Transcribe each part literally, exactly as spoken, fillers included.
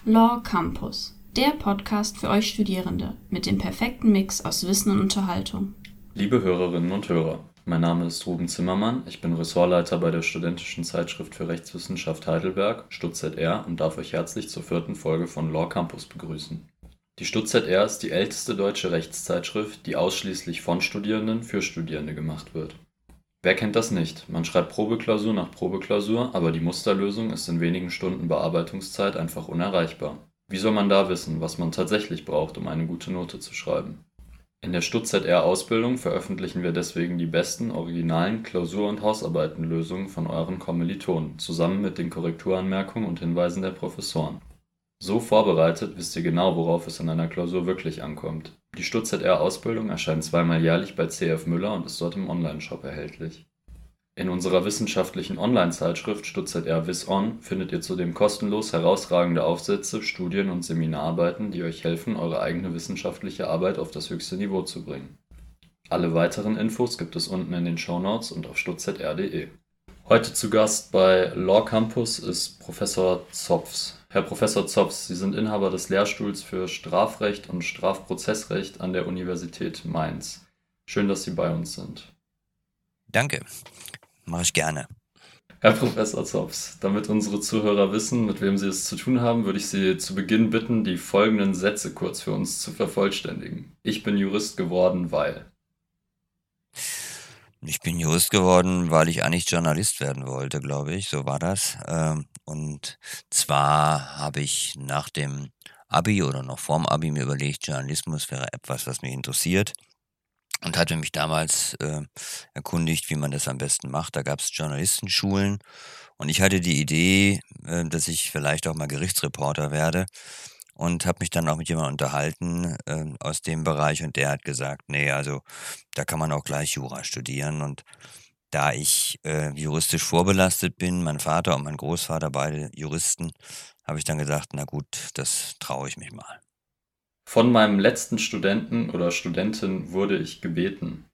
Law Campus, der Podcast für euch Studierende mit dem perfekten Mix aus Wissen und Unterhaltung. Liebe Hörerinnen und Hörer, mein Name ist Ruben Zimmermann, ich bin Ressortleiter bei der Studentischen Zeitschrift für Rechtswissenschaft Heidelberg, StudZR, und darf euch herzlich zur vierten Folge von Law Campus begrüßen. Die StudZR ist die älteste deutsche Rechtszeitschrift, die ausschließlich von Studierenden für Studierende gemacht wird. Wer kennt das nicht? Man schreibt Probeklausur nach Probeklausur, aber die Musterlösung ist in wenigen Stunden Bearbeitungszeit einfach unerreichbar. Wie soll man da wissen, was man tatsächlich braucht, um eine gute Note zu schreiben? In der StudZR-Ausbildung veröffentlichen wir deswegen die besten, originalen Klausur- und Hausarbeitenlösungen von euren Kommilitonen, zusammen mit den Korrekturanmerkungen und Hinweisen der Professoren. So vorbereitet wisst ihr genau, worauf es in einer Klausur wirklich ankommt. Die StudZR-Ausbildung erscheint zweimal jährlich bei C F Müller und ist dort im Onlineshop erhältlich. In unserer wissenschaftlichen Online-Zeitschrift StudZR WissOn findet ihr zudem kostenlos herausragende Aufsätze, Studien- und Seminararbeiten, die euch helfen, eure eigene wissenschaftliche Arbeit auf das höchste Niveau zu bringen. Alle weiteren Infos gibt es unten in den Shownotes und auf studzr punkt de. Heute zu Gast bei Law Campus ist Professor Zopfs. Herr Professor Zopfs, Sie sind Inhaber des Lehrstuhls für Strafrecht und Strafprozessrecht an der Universität Mainz. Schön, dass Sie bei uns sind. Danke, mache ich gerne. Herr Professor Zopfs, damit unsere Zuhörer wissen, mit wem sie es zu tun haben, würde ich Sie zu Beginn bitten, die folgenden Sätze kurz für uns zu vervollständigen. Ich bin Jurist geworden, weil... Ich bin Jurist geworden, weil ich eigentlich Journalist werden wollte, glaube ich. So war das. Ähm, Und zwar habe ich nach dem Abi oder noch vorm Abi mir überlegt, Journalismus wäre etwas, was mich interessiert. Und hatte mich damals äh, erkundigt, wie man das am besten macht. Da gab es Journalistenschulen. Und ich hatte die Idee, äh, dass ich vielleicht auch mal Gerichtsreporter werde. Und habe mich dann auch mit jemandem unterhalten äh, aus dem Bereich. Und der hat gesagt, nee, also da kann man auch gleich Jura studieren. Und da ich äh, juristisch vorbelastet bin, mein Vater und mein Großvater beide Juristen, habe ich dann gesagt, na gut, das traue ich mich mal. Von meinem letzten Studenten oder Studentin wurde ich gebeten.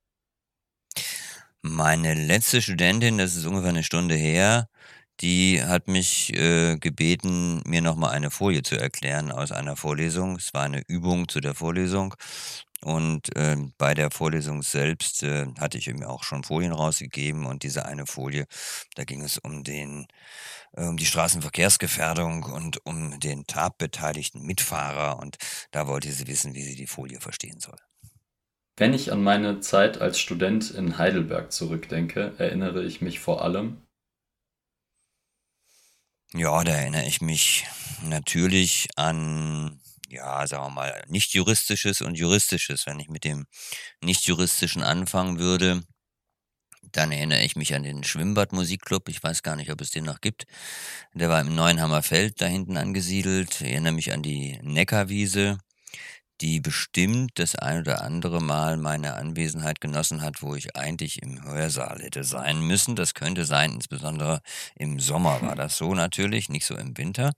Meine letzte Studentin, das ist ungefähr eine Stunde her, die hat mich äh, gebeten, mir nochmal eine Folie zu erklären aus einer Vorlesung. Es war eine Übung zu der Vorlesung. Und ähm, bei der Vorlesung selbst äh, hatte ich mir auch schon Folien rausgegeben. Und diese eine Folie, da ging es um den, äh, um die Straßenverkehrsgefährdung und um den tatbeteiligten Mitfahrer. Und da wollte sie wissen, wie sie die Folie verstehen soll. Wenn ich an meine Zeit als Student in Heidelberg zurückdenke, erinnere ich mich vor allem... Ja, da erinnere ich mich natürlich an, ja, sagen wir mal, nicht-juristisches und juristisches. Wenn ich mit dem nicht-juristischen anfangen würde, dann erinnere ich mich an den Schwimmbad-Musikclub. Ich weiß gar nicht, ob es den noch gibt. Der war im Neuenhammer Feld da hinten angesiedelt. Ich erinnere mich an die Neckarwiese, die bestimmt das ein oder andere Mal meine Anwesenheit genossen hat, wo ich eigentlich im Hörsaal hätte sein müssen. Das könnte sein, insbesondere im Sommer war das so natürlich, nicht so im Winter.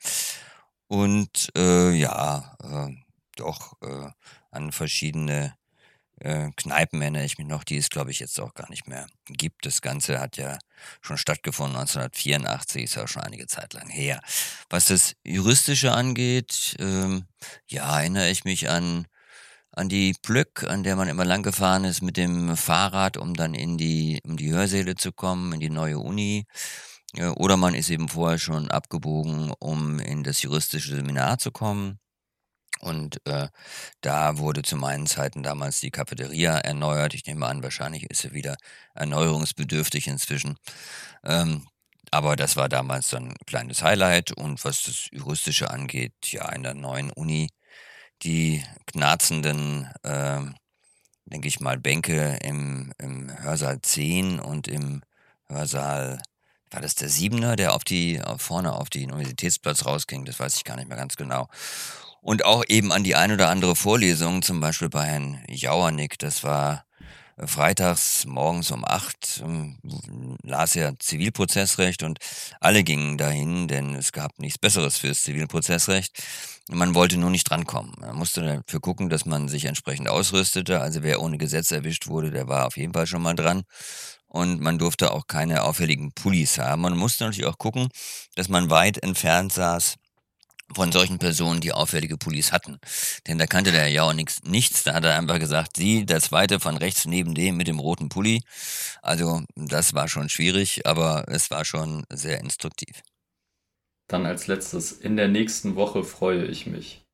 Und äh, ja, äh, doch äh, an verschiedene äh, Kneipen erinnere ich mich noch, die es, glaube ich, jetzt auch gar nicht mehr gibt. Das Ganze hat ja schon stattgefunden neunzehnhundertvierundachtzig, ist ja auch schon einige Zeit lang her. Was das Juristische angeht, ähm, ja, erinnere ich mich an, an die Plöck, an der man immer lang gefahren ist mit dem Fahrrad, um dann in die, um die Hörsäle zu kommen, in die neue Uni. Äh, Oder man ist eben vorher schon abgebogen, um in das juristische Seminar zu kommen. Und äh, da wurde zu meinen Zeiten damals die Cafeteria erneuert. Ich nehme an, wahrscheinlich ist sie wieder erneuerungsbedürftig inzwischen. Ähm, aber das war damals so ein kleines Highlight. Und was das Juristische angeht, ja, in der neuen Uni, die knarzenden, ähm, denke ich mal, Bänke im, im Hörsaal zehn und im Hörsaal, war das der Siebener, der auf die, auf vorne auf den Universitätsplatz rausging? Das weiß ich gar nicht mehr ganz genau. Und auch eben an die ein oder andere Vorlesung, zum Beispiel bei Herrn Jauernick, das war äh, freitags morgens um acht, ähm, las er Zivilprozessrecht und alle gingen dahin, denn es gab nichts Besseres fürs Zivilprozessrecht. Man wollte nur nicht drankommen. Man musste dafür gucken, dass man sich entsprechend ausrüstete. Also wer ohne Gesetz erwischt wurde, der war auf jeden Fall schon mal dran. Und man durfte auch keine auffälligen Pullis haben. Man musste natürlich auch gucken, dass man weit entfernt saß von solchen Personen, die auffällige Pullis hatten. Denn da kannte der ja auch nix, nichts. Da hat er einfach gesagt, sie, der Zweite von rechts neben dem mit dem roten Pulli. Also das war schon schwierig, aber es war schon sehr instruktiv. Dann als letztes, in der nächsten Woche freue ich mich.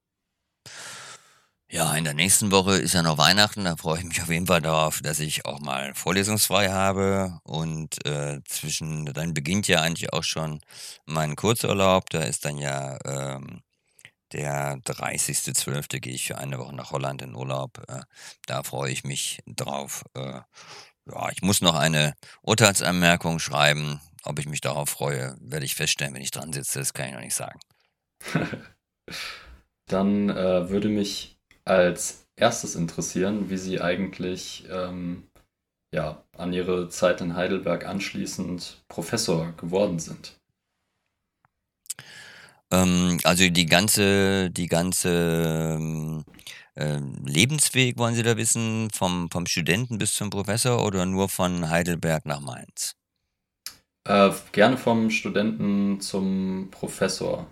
Ja, in der nächsten Woche ist ja noch Weihnachten. Da freue ich mich auf jeden Fall darauf, dass ich auch mal vorlesungsfrei habe. Und äh, zwischen, dann beginnt ja eigentlich auch schon mein Kurzurlaub. Da ist dann ja ähm, der dreißigste zwölfte gehe ich für eine Woche nach Holland in Urlaub. Äh, da freue ich mich drauf. Äh, ja, ich muss noch eine Urteilsanmerkung schreiben. Ob ich mich darauf freue, werde ich feststellen, wenn ich dran sitze. Das kann ich noch nicht sagen. Dann äh, würde mich als erstes interessieren, wie Sie eigentlich ähm, ja, an Ihre Zeit in Heidelberg anschließend Professor geworden sind. Ähm, also die ganze, die ganze ähm, ähm, Lebensweg wollen Sie da wissen, vom, vom Studenten bis zum Professor oder nur von Heidelberg nach Mainz? Äh, gerne vom Studenten zum Professor.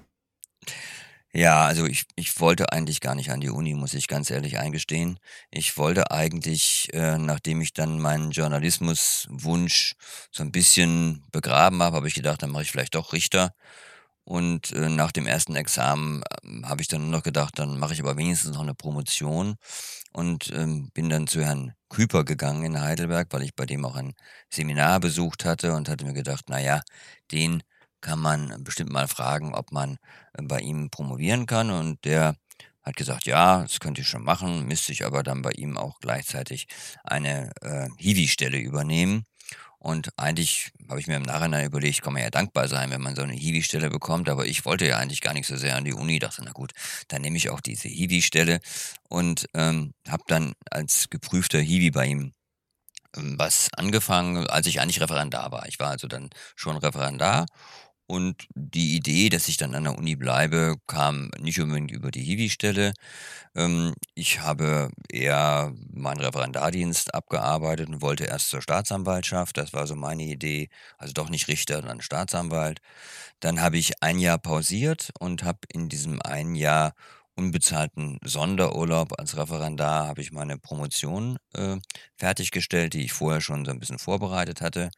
Ja, also ich, ich wollte eigentlich gar nicht an die Uni, muss ich ganz ehrlich eingestehen. Ich wollte eigentlich, äh, nachdem ich dann meinen Journalismuswunsch so ein bisschen begraben habe, habe ich gedacht, dann mache ich vielleicht doch Richter. Und äh, nach dem ersten Examen ähm, habe ich dann nur noch gedacht, dann mache ich aber wenigstens noch eine Promotion und ähm, bin dann zu Herrn Küper gegangen in Heidelberg, weil ich bei dem auch ein Seminar besucht hatte und hatte mir gedacht, na ja, den kann man bestimmt mal fragen, ob man äh, bei ihm promovieren kann. Und der hat gesagt, ja, das könnte ich schon machen, müsste ich aber dann bei ihm auch gleichzeitig eine äh, Hiwi-Stelle übernehmen. Und eigentlich habe ich mir im Nachhinein überlegt, kann man ja dankbar sein, wenn man so eine Hiwi-Stelle bekommt, aber ich wollte ja eigentlich gar nicht so sehr an die Uni, dachte, na gut, dann nehme ich auch diese Hiwi-Stelle und ähm, habe dann als geprüfter Hiwi bei ihm ähm, was angefangen, als ich eigentlich Referendar war. Ich war also dann schon Referendar und die Idee, dass ich dann an der Uni bleibe, kam nicht unbedingt über die Hiwi-Stelle. Ähm, ich habe eher meinen Referendardienst abgearbeitet und wollte erst zur Staatsanwaltschaft. Das war so meine Idee. Also doch nicht Richter, sondern Staatsanwalt. Dann habe ich ein Jahr pausiert und habe in diesem einen Jahr unbezahlten Sonderurlaub als Referendar habe ich meine Promotion äh, fertiggestellt, die ich vorher schon so ein bisschen vorbereitet hatte.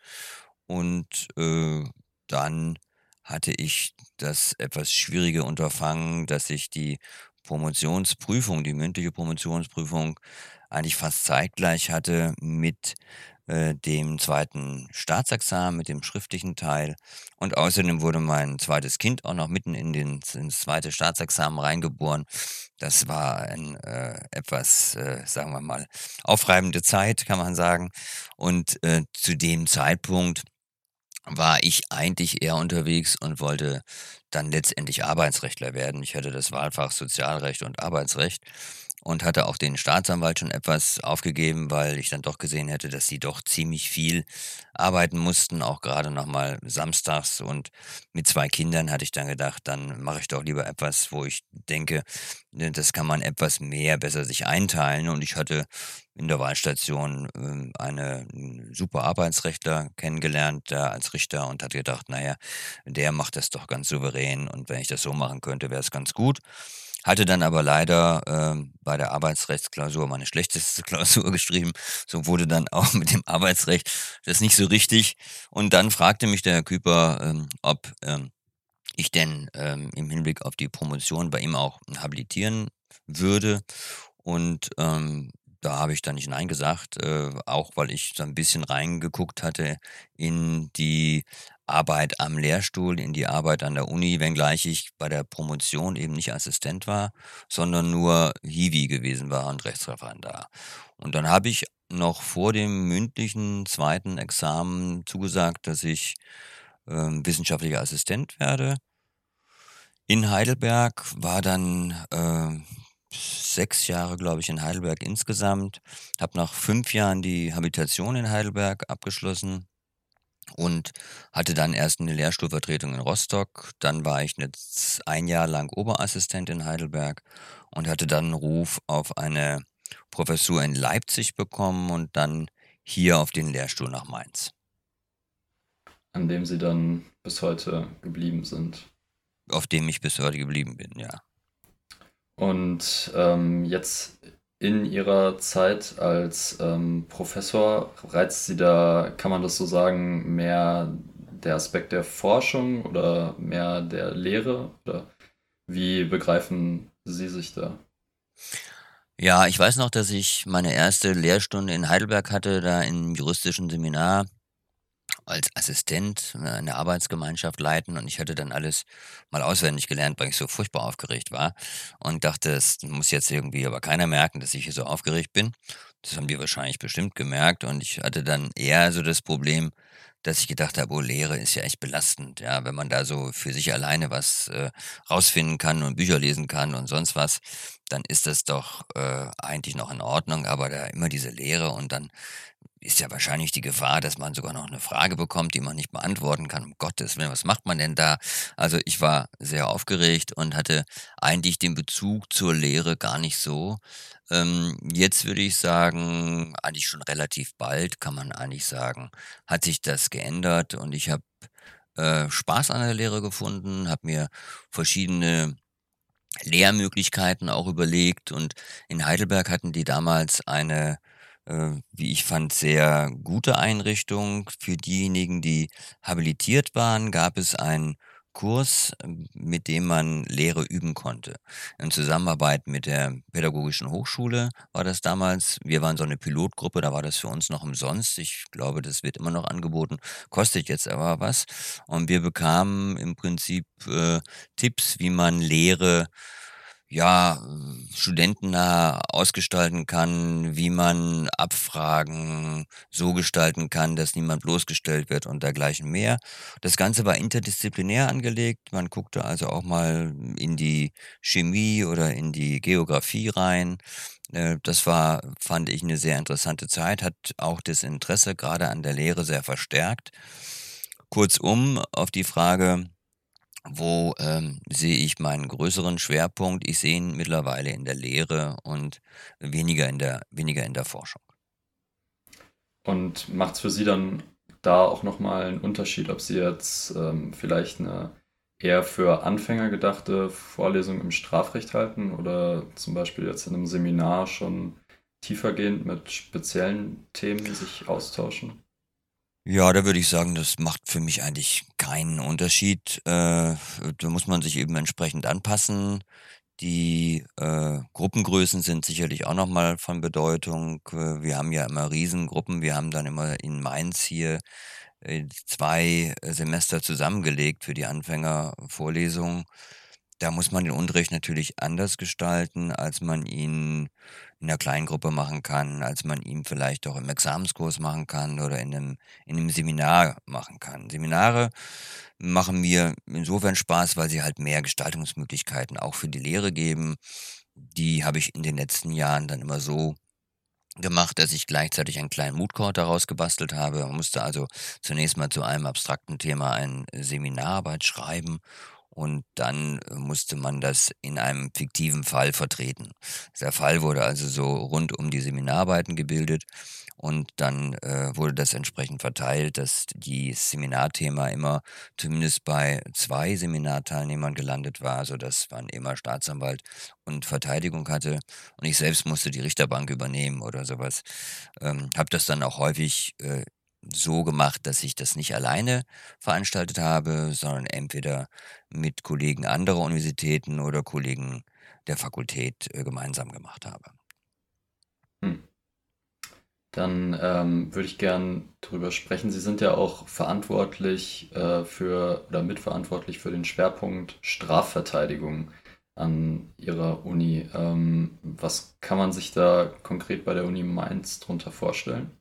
Und äh, dann hatte ich das etwas schwierige Unterfangen, dass ich die Promotionsprüfung, die mündliche Promotionsprüfung eigentlich fast zeitgleich hatte mit äh, dem zweiten Staatsexamen, mit dem schriftlichen Teil. Und außerdem wurde mein zweites Kind auch noch mitten in den, ins zweite Staatsexamen reingeboren. Das war ein äh, etwas, äh, sagen wir mal, aufreibende Zeit, kann man sagen. Und äh, zu dem Zeitpunkt war ich eigentlich eher unterwegs und wollte dann letztendlich Arbeitsrechtler werden. Ich hatte das Wahlfach Sozialrecht und Arbeitsrecht und hatte auch den Staatsanwalt schon etwas aufgegeben, weil ich dann doch gesehen hätte, dass sie doch ziemlich viel arbeiten mussten, auch gerade noch mal samstags. Und mit zwei Kindern hatte ich dann gedacht, dann mache ich doch lieber etwas, wo ich denke, ne, das kann man etwas mehr besser sich einteilen. Und ich hatte in der Wahlstation ähm, eine 'n super Arbeitsrechtler kennengelernt, da als Richter und hatte gedacht, na ja, der macht das doch ganz souverän und wenn ich das so machen könnte, wäre es ganz gut. Hatte dann aber leider ähm, bei der Arbeitsrechtsklausur meine schlechteste Klausur geschrieben. So wurde dann auch mit dem Arbeitsrecht das nicht so richtig. Und dann fragte mich der Herr Küper, ähm, ob ähm, ich denn ähm, im Hinblick auf die Promotion bei ihm auch habilitieren würde. Und ähm, da habe ich dann nicht nein gesagt, äh, auch weil ich so ein bisschen reingeguckt hatte in die Arbeit am Lehrstuhl, in die Arbeit an der Uni, wenngleich ich bei der Promotion eben nicht Assistent war, sondern nur Hiwi gewesen war und Rechtsreferendar. Und dann habe ich noch vor dem mündlichen zweiten Examen zugesagt, dass ich ähm, wissenschaftlicher Assistent werde in Heidelberg, war dann äh, sechs Jahre, glaube ich, in Heidelberg insgesamt, habe nach fünf Jahren die Habilitation in Heidelberg abgeschlossen und hatte dann erst eine Lehrstuhlvertretung in Rostock. Dann war ich 'ne z ein Jahr lang Oberassistent in Heidelberg und hatte dann 'n Ruf auf eine Professur in Leipzig bekommen und dann hier auf den Lehrstuhl nach Mainz. An dem Sie dann bis heute geblieben sind. auf dem ich bis heute geblieben bin, ja. Und ähm, jetzt in Ihrer Zeit als ähm, Professor reizt Sie da, kann man das so sagen, mehr der Aspekt der Forschung oder mehr der Lehre? Oder wie begreifen Sie sich da? Ja, ich weiß noch, dass ich meine erste Lehrstunde in Heidelberg hatte, da im juristischen Seminar als Assistent äh, eine Arbeitsgemeinschaft leiten und ich hatte dann alles mal auswendig gelernt, weil ich so furchtbar aufgeregt war und dachte, es muss jetzt irgendwie aber keiner merken, dass ich hier so aufgeregt bin. Das haben die wahrscheinlich bestimmt gemerkt und ich hatte dann eher so das Problem, dass ich gedacht habe, oh, Lehre ist ja echt belastend, ja, wenn man da so für sich alleine was äh, rausfinden kann und Bücher lesen kann und sonst was, dann ist das doch äh, eigentlich noch in Ordnung, aber da immer diese Lehre und dann ist ja wahrscheinlich die Gefahr, dass man sogar noch eine Frage bekommt, die man nicht beantworten kann. Um Gottes Willen, was macht man denn da? Also, ich war sehr aufgeregt und hatte eigentlich den Bezug zur Lehre gar nicht so. Ähm, jetzt würde ich sagen, eigentlich schon relativ bald, kann man eigentlich sagen, hat sich das geändert und ich habe, äh, Spaß an der Lehre gefunden, habe mir verschiedene Lehrmöglichkeiten auch überlegt und in Heidelberg hatten die damals eine, äh, wie ich fand, sehr gute Einrichtung. Für diejenigen, die habilitiert waren, gab es einen Kurs, ähm, mit dem man Lehre üben konnte. In Zusammenarbeit mit der Pädagogischen Hochschule war das damals. Wir waren so eine Pilotgruppe, da war das für uns noch umsonst. Ich glaube, das wird immer noch angeboten, kostet jetzt aber was. Und wir bekamen im Prinzip, äh, Tipps, wie man Lehre ja, äh, studentennah ausgestalten kann, wie man Abfragen so gestalten kann, dass niemand bloßgestellt wird und dergleichen mehr. Das Ganze war interdisziplinär angelegt. Man guckte also auch mal in die Chemie oder in die Geografie rein. Äh, das war, fand ich, eine sehr interessante Zeit, hat auch das Interesse gerade an der Lehre sehr verstärkt. Kurzum, auf die Frage wo, ähm, sehe ich meinen größeren Schwerpunkt? Ich sehe ihn mittlerweile in der Lehre und weniger in der weniger in der Forschung. Und macht es für Sie dann da auch nochmal einen Unterschied, ob Sie jetzt ähm, vielleicht eine eher für Anfänger gedachte Vorlesung im Strafrecht halten oder zum Beispiel jetzt in einem Seminar schon tiefergehend mit speziellen Themen sich austauschen? Ja, da würde ich sagen, das macht für mich eigentlich keinen Unterschied. Äh, da muss man sich eben entsprechend anpassen. Die, äh, Gruppengrößen sind sicherlich auch noch mal von Bedeutung. Äh, wir haben ja immer Riesengruppen. Wir haben dann immer in Mainz hier, äh, zwei äh, Semester zusammengelegt für die Anfängervorlesungen. Da muss man den Unterricht natürlich anders gestalten, als man ihn in 'ner kleinen Gruppe machen kann, als man ihn vielleicht auch im Examenskurs machen kann oder in 'nem in 'nem Seminar machen kann. Seminare machen mir insofern Spaß, weil sie halt mehr Gestaltungsmöglichkeiten auch für die Lehre geben. Die habe ich in den letzten Jahren dann immer so gemacht, dass ich gleichzeitig einen kleinen Moodcourt daraus gebastelt habe. Man musste also zunächst mal zu einem abstrakten Thema eine Seminararbeit schreiben und dann äh, musste man das in einem fiktiven Fall vertreten. Der Fall wurde also so rund um die Seminararbeiten gebildet und dann äh, wurde das entsprechend verteilt, dass die Seminarthema immer zumindest bei zwei Seminarteilnehmern gelandet war, sodass man immer Staatsanwalt und Verteidigung hatte. Und ich selbst musste die Richterbank übernehmen oder sowas. Ähm, habe das dann auch häufig, äh, so gemacht, dass ich das nicht alleine veranstaltet habe, sondern entweder mit Kollegen anderer Universitäten oder Kollegen der Fakultät, äh, gemeinsam gemacht habe. Hm. Dann ähm, würde ich gern drüber sprechen. Sie sind ja auch verantwortlich äh, für oder mitverantwortlich für den Schwerpunkt Strafverteidigung an Ihrer Uni. Ähm, was kann man sich da konkret bei der Uni Mainz drunter vorstellen?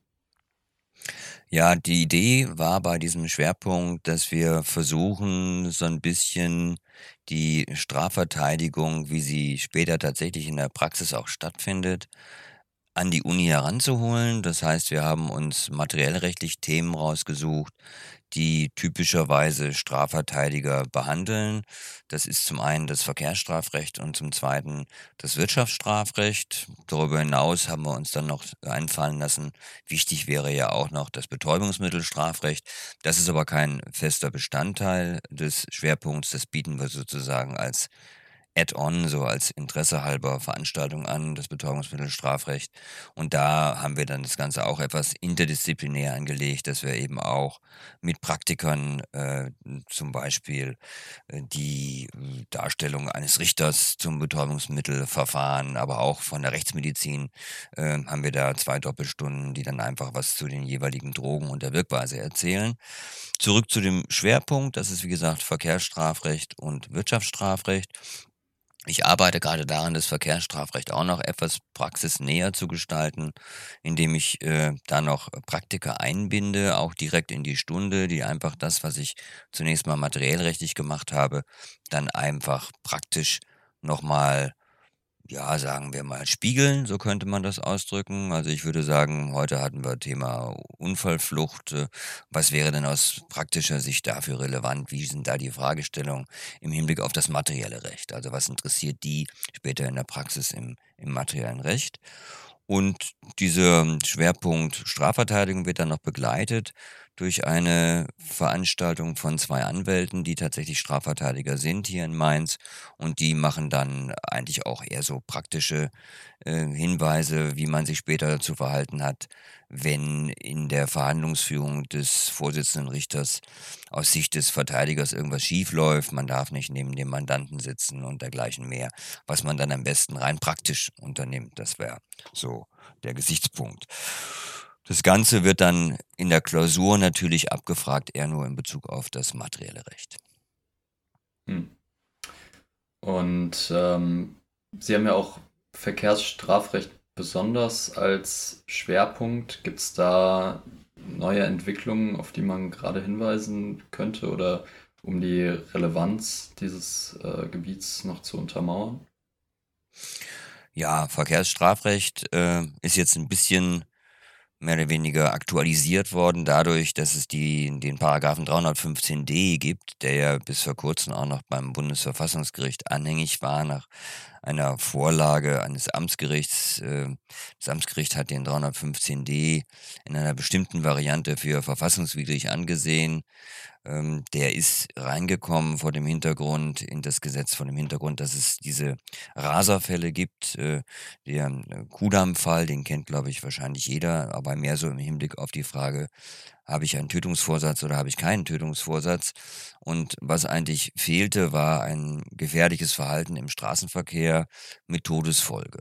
Ja, die Idee war bei diesem Schwerpunkt, dass wir versuchen, so ein bisschen die Strafverteidigung, wie sie später tatsächlich in der Praxis auch stattfindet, an die Uni heranzuholen. Das heißt, wir haben uns materiellrechtlich Themen rausgesucht, die typischerweise Strafverteidiger behandeln. Das ist zum einen das Verkehrsstrafrecht und zum zweiten das Wirtschaftsstrafrecht. Darüber hinaus haben wir uns dann noch einfallen lassen, wichtig wäre ja auch noch das Betäubungsmittelstrafrecht. Das ist aber kein fester Bestandteil des Schwerpunkts. Das bieten wir sozusagen als Add-on, so als Interesse halber Veranstaltung an, das Betäubungsmittelstrafrecht. Und da haben wir dann das Ganze auch etwas interdisziplinär angelegt, dass wir eben auch mit Praktikern äh, zum Beispiel äh, die äh, Darstellung eines Richters zum Betäubungsmittelverfahren, aber auch von der Rechtsmedizin äh, haben wir da zwei Doppelstunden, die dann einfach was zu den jeweiligen Drogen und der Wirkweise erzählen. Zurück zu dem Schwerpunkt, das ist wie gesagt Verkehrsstrafrecht und Wirtschaftsstrafrecht. Ich arbeite gerade daran, das Verkehrsstrafrecht auch noch etwas praxisnäher zu gestalten, indem ich äh, da noch Praktika einbinde, auch direkt in die Stunde, die einfach das, was ich zunächst mal materiellrechtlich gemacht habe, dann einfach praktisch nochmal, ja, sagen wir mal, spiegeln, so könnte man das ausdrücken. Also ich würde sagen, heute hatten wir Thema Unfallflucht. Äh, Was wäre denn aus praktischer Sicht dafür relevant? Wie sind da die Fragestellungen im Hinblick auf das materielle Recht? Also was interessiert die später in der Praxis im, im materiellen Recht? Und dieser Schwerpunkt Strafverteidigung wird dann noch begleitet durch eine Veranstaltung von zwei Anwälten, die tatsächlich Strafverteidiger sind hier in Mainz. Und die machen dann eigentlich auch eher so praktische äh, Hinweise, wie man sich später zu verhalten hat, wenn in der Verhandlungsführung des Vorsitzenden Richters aus Sicht des Verteidigers irgendwas schief läuft. Man darf nicht neben dem Mandanten sitzen und dergleichen mehr, was man dann am besten rein praktisch unternimmt. Das wäre so der Gesichtspunkt. Das Ganze wird dann in der Klausur natürlich abgefragt, eher nur in Bezug auf das materielle Recht. Hm. Und ähm, Sie haben ja auch Verkehrsstrafrecht besonders als Schwerpunkt. Gibt es da neue Entwicklungen, auf die man gerade hinweisen könnte oder um die Relevanz dieses äh, Gebiets noch zu untermauern? Ja, Verkehrsstrafrecht äh, ist jetzt ein bisschen mehr oder weniger aktualisiert worden dadurch, dass es die, den Paragraphen dreihundertfünfzehn d gibt, der ja bis vor kurzem auch noch beim Bundesverfassungsgericht anhängig war nach einer Vorlage eines Amtsgerichts. Äh, Das Amtsgericht hat den dreihundertfünfzehn d in einer bestimmten Variante für verfassungswidrig angesehen. Ähm, Der ist reingekommen vor dem Hintergrund in das Gesetz, vor dem Hintergrund, dass es diese Raserfälle gibt. Äh, Der äh, Kudamm-Fall, den kennt, glaube ich, wahrscheinlich jeder, aber mehr so im Hinblick auf die Frage, habe ich einen Tötungsvorsatz oder habe ich keinen Tötungsvorsatz? Und was eigentlich fehlte, war ein gefährliches Verhalten im Straßenverkehr mit Todesfolge.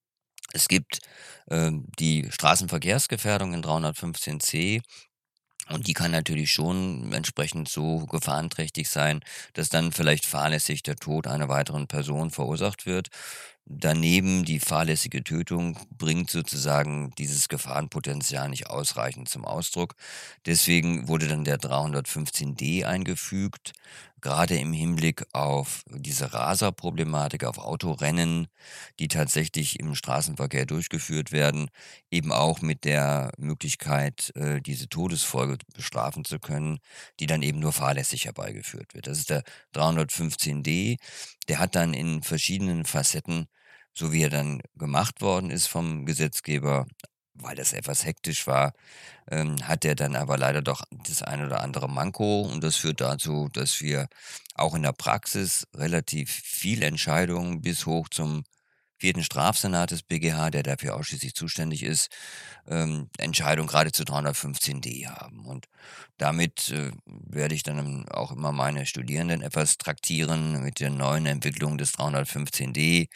Es gibt ähm, die Straßenverkehrsgefährdung in dreihundertfünfzehn c. Und die kann natürlich schon entsprechend so gefahrenträchtig sein, dass dann vielleicht fahrlässig der Tod einer weiteren Person verursacht wird. Daneben die fahrlässige Tötung bringt sozusagen dieses Gefahrenpotenzial nicht ausreichend zum Ausdruck. Deswegen wurde dann der dreihundertfünfzehn d eingefügt, gerade im Hinblick auf diese Raserproblematik, auf Autorennen, die tatsächlich im Straßenverkehr durchgeführt werden, eben auch mit der Möglichkeit, äh, diese Todesfolge bestrafen zu können, die dann eben nur fahrlässig herbeigeführt wird. Das ist der dreihundertfünfzehn d. Der hat dann in verschiedenen Facetten, so wie er dann gemacht worden ist vom Gesetzgeber, weil das etwas hektisch war, ähm, hat er dann aber leider doch das ein oder andere Manko. Und das führt dazu, dass wir auch in der Praxis relativ viel Entscheidungen bis hoch zum vierten Strafsenat des B G H, der dafür ausschließlich zuständig ist, ähm, Entscheidung gerade zu dreihundertfünfzehn d haben. Und damit äh, werde ich dann auch immer meine Studierenden etwas traktieren mit der neuen Entwicklung des dreihundertfünfzehn d.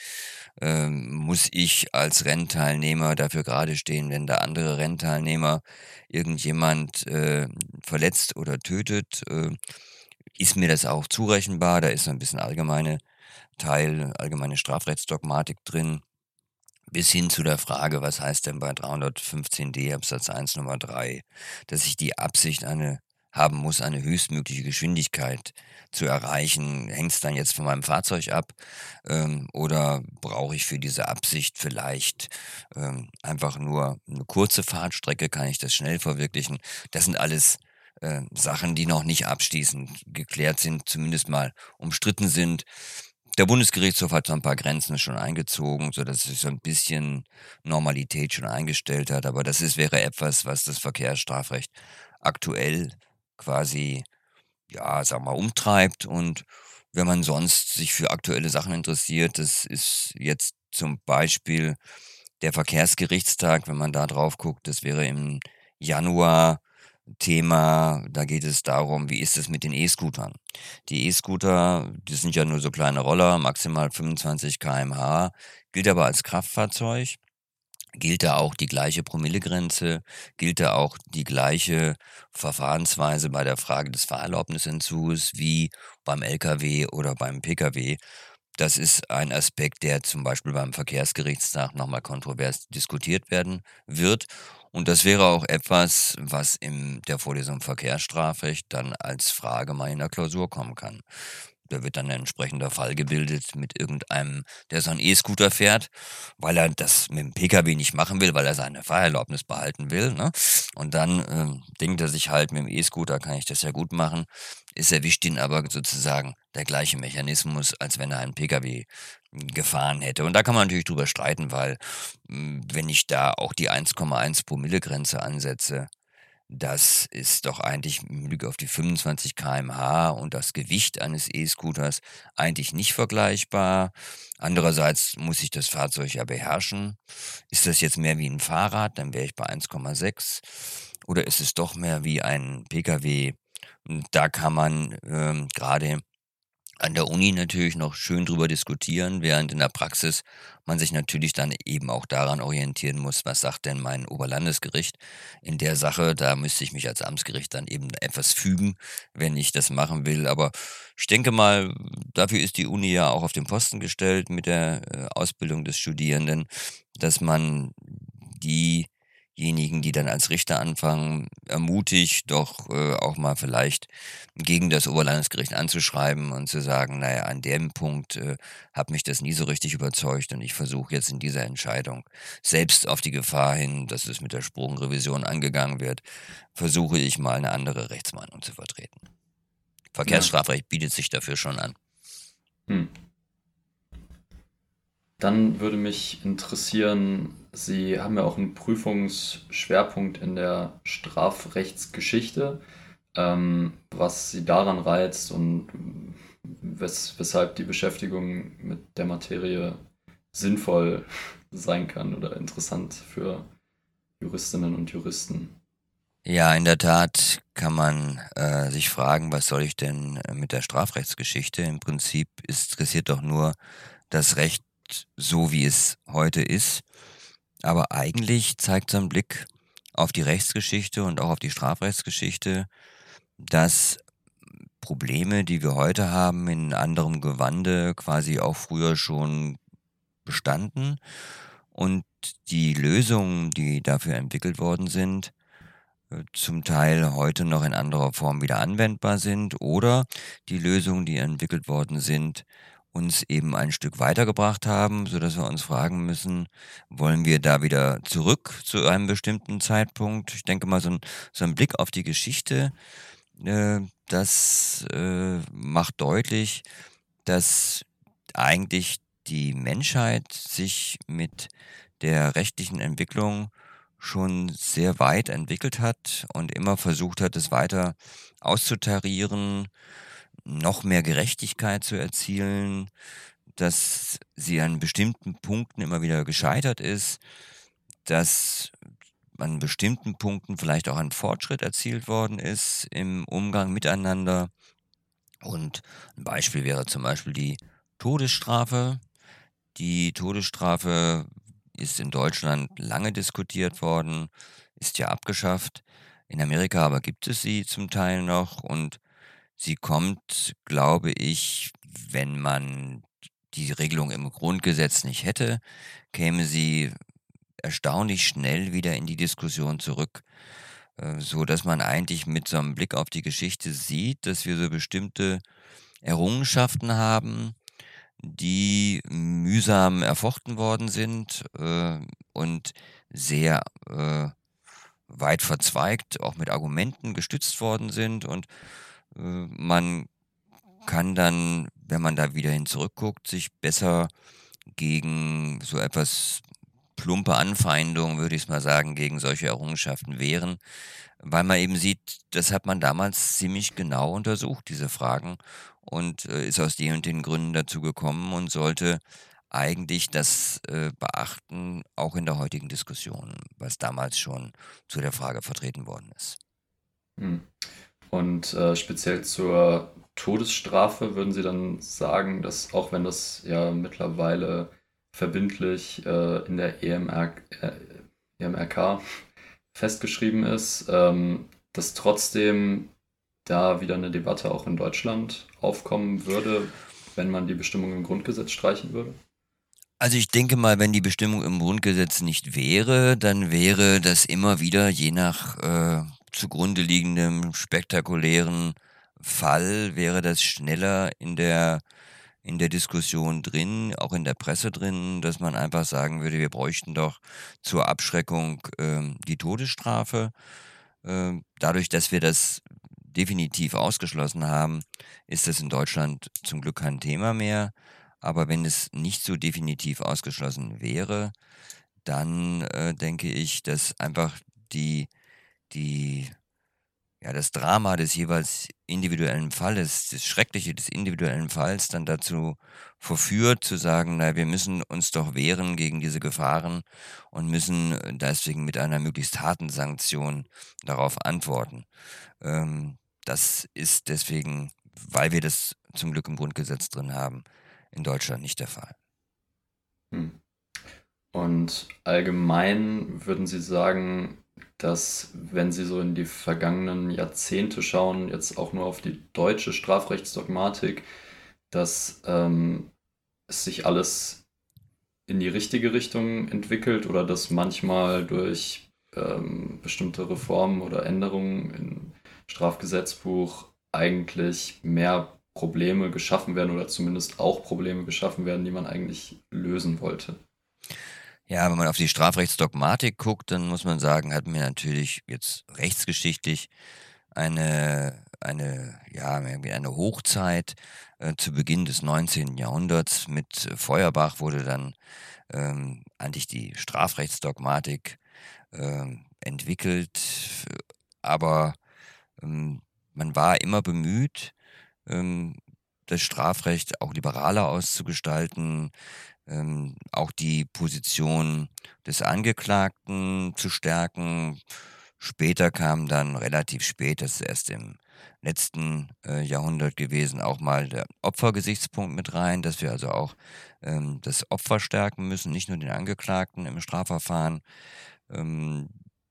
Ähm, muss ich als Rennteilnehmer dafür gerade stehen, wenn da andere Rennteilnehmer irgendjemand äh, verletzt oder tötet? Äh, ist mir das auch zurechenbar? Da ist so ein bisschen allgemeine Teil, allgemeine Strafrechtsdogmatik drin, bis hin zu der Frage, was heißt denn bei dreihundertfünfzehn d Absatz eins Nummer drei, dass ich die Absicht eine haben muss, eine höchstmögliche Geschwindigkeit zu erreichen. Hängt es dann jetzt von meinem Fahrzeug ab ähm, oder brauche ich für diese Absicht vielleicht ähm, einfach nur eine kurze Fahrtstrecke? Kann ich das schnell verwirklichen? Das sind alles äh, Sachen, die noch nicht abschließend geklärt sind, zumindest mal umstritten sind. Der Bundesgerichtshof hat so ein paar Grenzen schon eingezogen, sodass sich so ein bisschen Normalität schon eingestellt hat. Aber das ist, wäre etwas, was das Verkehrsstrafrecht aktuell quasi, ja, sagen wir mal, umtreibt. Und wenn man sonst sich für aktuelle Sachen interessiert, das ist jetzt zum Beispiel der Verkehrsgerichtstag, wenn man da drauf guckt, das wäre im Januar Thema. Da geht es darum, wie ist es mit den E-Scootern? Die E-Scooter, die sind ja nur so kleine Roller, maximal fünfundzwanzig Kilometer pro Stunde, gilt aber als Kraftfahrzeug. Gilt da auch die gleiche Promillegrenze? Gilt da auch die gleiche Verfahrensweise bei der Frage des Fahrerlaubnisentzugs wie beim L K W oder beim P K W? Das ist ein Aspekt, der zum Beispiel beim Verkehrsgerichtstag nochmal kontrovers diskutiert werden wird. Und das wäre auch etwas, was in der Vorlesung Verkehrsstrafrecht dann als Frage mal in der Klausur kommen kann. Da wird dann ein entsprechender Fall gebildet mit irgendeinem, der so einen E-Scooter fährt, weil er das mit dem P K W nicht machen will, weil er seine Fahrerlaubnis behalten will. Ne? Und dann ähm, denkt er sich halt, mit dem E-Scooter kann ich das ja gut machen. Ist erwischt ihn aber sozusagen der gleiche Mechanismus, als wenn er einen P K W gefahren hätte. Und da kann man natürlich drüber streiten, weil mh, wenn ich da auch die eins Komma eins Promille-Grenze ansetze, das ist doch eigentlich im Hinblick auf die fünfundzwanzig Kilometer pro Stunde und das Gewicht eines E-Scooters eigentlich nicht vergleichbar. Andererseits muss ich das Fahrzeug ja beherrschen. Ist das jetzt mehr wie ein Fahrrad, dann wäre ich bei eins Komma sechs. Oder ist es doch mehr wie ein P K W? Und da kann man ähm, gerade an der Uni natürlich noch schön drüber diskutieren, während in der Praxis man sich natürlich dann eben auch daran orientieren muss, was sagt denn mein Oberlandesgericht in der Sache. Da müsste ich mich als Amtsgericht dann eben etwas fügen, wenn ich das machen will. Aber ich denke mal, dafür ist die Uni ja auch auf den Posten gestellt mit der äh, Ausbildung des Studierenden, dass man diejenigen, die dann als Richter anfangen, ermutigt, doch äh, auch mal vielleicht gegen das Oberlandesgericht anzuschreiben und zu sagen, naja, an dem Punkt äh, hat mich das nie so richtig überzeugt und ich versuche jetzt in dieser Entscheidung, selbst auf die Gefahr hin, dass es mit der Sprungrevision angegangen wird, versuche ich mal eine andere Rechtsmeinung zu vertreten. Verkehrsstrafrecht bietet sich dafür schon an. Hm. Dann würde mich interessieren, Sie haben ja auch einen Prüfungsschwerpunkt in der Strafrechtsgeschichte, ähm, was Sie daran reizt und wes weshalb die Beschäftigung mit der Materie sinnvoll sein kann oder interessant für Juristinnen und Juristen. Ja, in der Tat kann man äh, sich fragen, was soll ich denn äh, mit der Strafrechtsgeschichte? Im Prinzip ist, interessiert doch nur das Recht so, wie es heute ist. Aber eigentlich zeigt so ein Blick auf die Rechtsgeschichte und auch auf die Strafrechtsgeschichte, dass Probleme, die wir heute haben, in anderem Gewande quasi auch früher schon bestanden und die Lösungen, die dafür entwickelt worden sind, äh, zum Teil heute noch in anderer Form wieder anwendbar sind oder die Lösungen, die entwickelt worden sind, uns eben ein Stück weitergebracht haben, sodass wir uns fragen müssen, wollen wir da wieder zurück zu einem bestimmten Zeitpunkt? Ich denke mal, so ein, so ein Blick auf die Geschichte, äh, das äh, macht deutlich, dass eigentlich die Menschheit sich mit der rechtlichen Entwicklung schon sehr weit entwickelt hat und immer versucht hat, es weiter auszutarieren, noch mehr Gerechtigkeit zu erzielen, dass sie an bestimmten Punkten immer wieder gescheitert ist, dass an bestimmten Punkten vielleicht auch ein Fortschritt erzielt worden ist im Umgang miteinander. Und ein Beispiel wäre zum Beispiel die Todesstrafe. Die Todesstrafe ist in Deutschland lange diskutiert worden, ist ja abgeschafft. In Amerika aber gibt es sie zum Teil noch und sie kommt, glaube ich, wenn man die Regelung im Grundgesetz nicht hätte, käme sie erstaunlich schnell wieder in die Diskussion zurück, äh, so dass man eigentlich mit so einem Blick auf die Geschichte sieht, dass wir so bestimmte Errungenschaften haben, die mühsam erfochten worden sind äh, und sehr äh, weit verzweigt, auch mit Argumenten gestützt worden sind und äh, man kann dann, wenn man da wieder hin zurückguckt, sich besser gegen so etwas plumpe Anfeindungen, würde ich mal sagen, gegen solche Errungenschaften wehren, weil man eben sieht, das hat man damals ziemlich genau untersucht, diese Fragen, und äh, ist aus den und den Gründen dazu gekommen und sollte eigentlich das äh, beachten, auch in der heutigen Diskussion, was damals schon zu der Frage vertreten worden ist. Hm. Und äh, speziell zur Todesstrafe würden Sie dann sagen, dass auch wenn das ja mittlerweile verbindlich äh, in der E M R, äh, E M R K festgeschrieben ist, ähm, dass trotzdem da wieder eine Debatte auch in Deutschland aufkommen würde, wenn man die Bestimmung im Grundgesetz streichen würde? Also ich denke mal, wenn die Bestimmung im Grundgesetz nicht wäre, dann wäre das immer wieder je nach äh, zugrunde liegendem spektakulären Fall, wäre das schneller in der, in der Diskussion drin, auch in der Presse drin, dass man einfach sagen würde, wir bräuchten doch zur Abschreckung ähm, die Todesstrafe. Ähm, dadurch, dass wir das definitiv ausgeschlossen haben, ist das in Deutschland zum Glück kein Thema mehr. Aber wenn es nicht so definitiv ausgeschlossen wäre, dann äh, denke ich, dass einfach die, die, ja, das Drama des jeweils individuellen Falles, das Schreckliche des individuellen Falls dann dazu verführt, zu sagen, na, wir müssen uns doch wehren gegen diese Gefahren und müssen äh, deswegen mit einer möglichst harten Sanktion darauf antworten. Ähm, das ist deswegen, weil wir das zum Glück im Grundgesetz drin haben, in Deutschland nicht der Fall. Hm. Und allgemein würden Sie sagen, dass, wenn Sie so in die vergangenen Jahrzehnte schauen, jetzt auch nur auf die deutsche Strafrechtsdogmatik, dass ähm, es sich alles in die richtige Richtung entwickelt oder dass manchmal durch ähm, bestimmte Reformen oder Änderungen im Strafgesetzbuch eigentlich mehr Probleme geschaffen werden oder zumindest auch Probleme geschaffen werden, die man eigentlich lösen wollte? Ja, wenn man auf die Strafrechtsdogmatik guckt, dann muss man sagen, hatten wir natürlich jetzt rechtsgeschichtlich eine, eine, ja, irgendwie eine Hochzeit äh, zu Beginn des neunzehnten. Jahrhunderts. Mit Feuerbach wurde dann ähm, eigentlich die Strafrechtsdogmatik ähm, entwickelt, aber ähm, man war immer bemüht, ähm, das Strafrecht auch liberaler auszugestalten, ähm, auch die Position des Angeklagten zu stärken. Später kam dann relativ spät, das ist erst im letzten äh, Jahrhundert gewesen, auch mal der Opfergesichtspunkt mit rein, dass wir also auch ähm, das Opfer stärken müssen, nicht nur den Angeklagten im Strafverfahren. Ähm,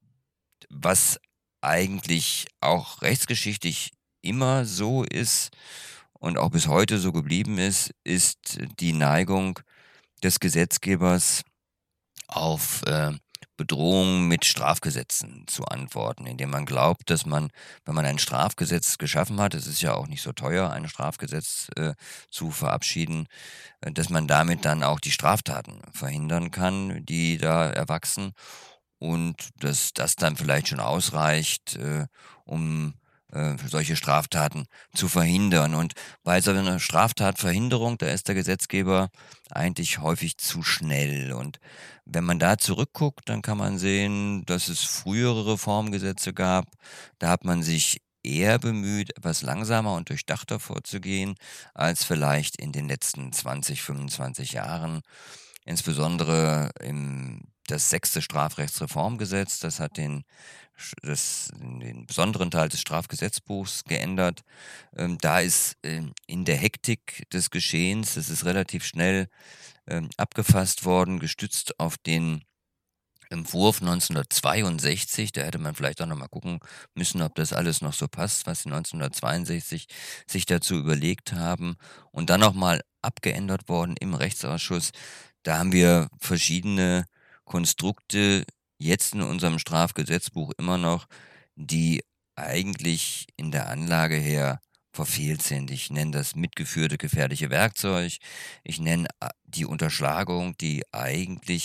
was eigentlich auch rechtsgeschichtlich immer so ist und auch bis heute so geblieben ist, ist die Neigung des Gesetzgebers auf äh, Bedrohungen mit Strafgesetzen zu antworten, indem man glaubt, dass man, wenn man ein Strafgesetz geschaffen hat, es ist ja auch nicht so teuer, ein Strafgesetz äh, zu verabschieden, äh, dass man damit dann auch die Straftaten verhindern kann, die da erwachsen, und dass das dann vielleicht schon ausreicht, äh, um äh, solche Straftaten zu verhindern. Und bei so einer Straftatverhinderung, da ist der Gesetzgeber eigentlich häufig zu schnell. Und wenn man da zurückguckt, dann kann man sehen, dass es frühere Reformgesetze gab. Da hat man sich eher bemüht, etwas langsamer und durchdachter vorzugehen, als vielleicht in den letzten zwanzig, fünfundzwanzig Jahren. Insbesondere im das sechste Strafrechtsreformgesetz, das hat den, das, den besonderen Teil des Strafgesetzbuchs geändert. Ähm, da ist ähm, in der Hektik des Geschehens, das ist relativ schnell ähm, abgefasst worden, gestützt auf den Entwurf neunzehnhundertzweiundsechzig, da hätte man vielleicht auch noch mal gucken müssen, ob das alles noch so passt, was sie neunzehnhundertzweiundsechzig sich dazu überlegt haben, und dann noch mal abgeändert worden im Rechtsausschuss. Da haben wir verschiedene Konstrukte jetzt in unserem Strafgesetzbuch immer noch, die eigentlich in der Anlage her verfehlt sind. Ich nenne das mitgeführte gefährliche Werkzeug. Ich nenne a die Unterschlagung, die eigentlich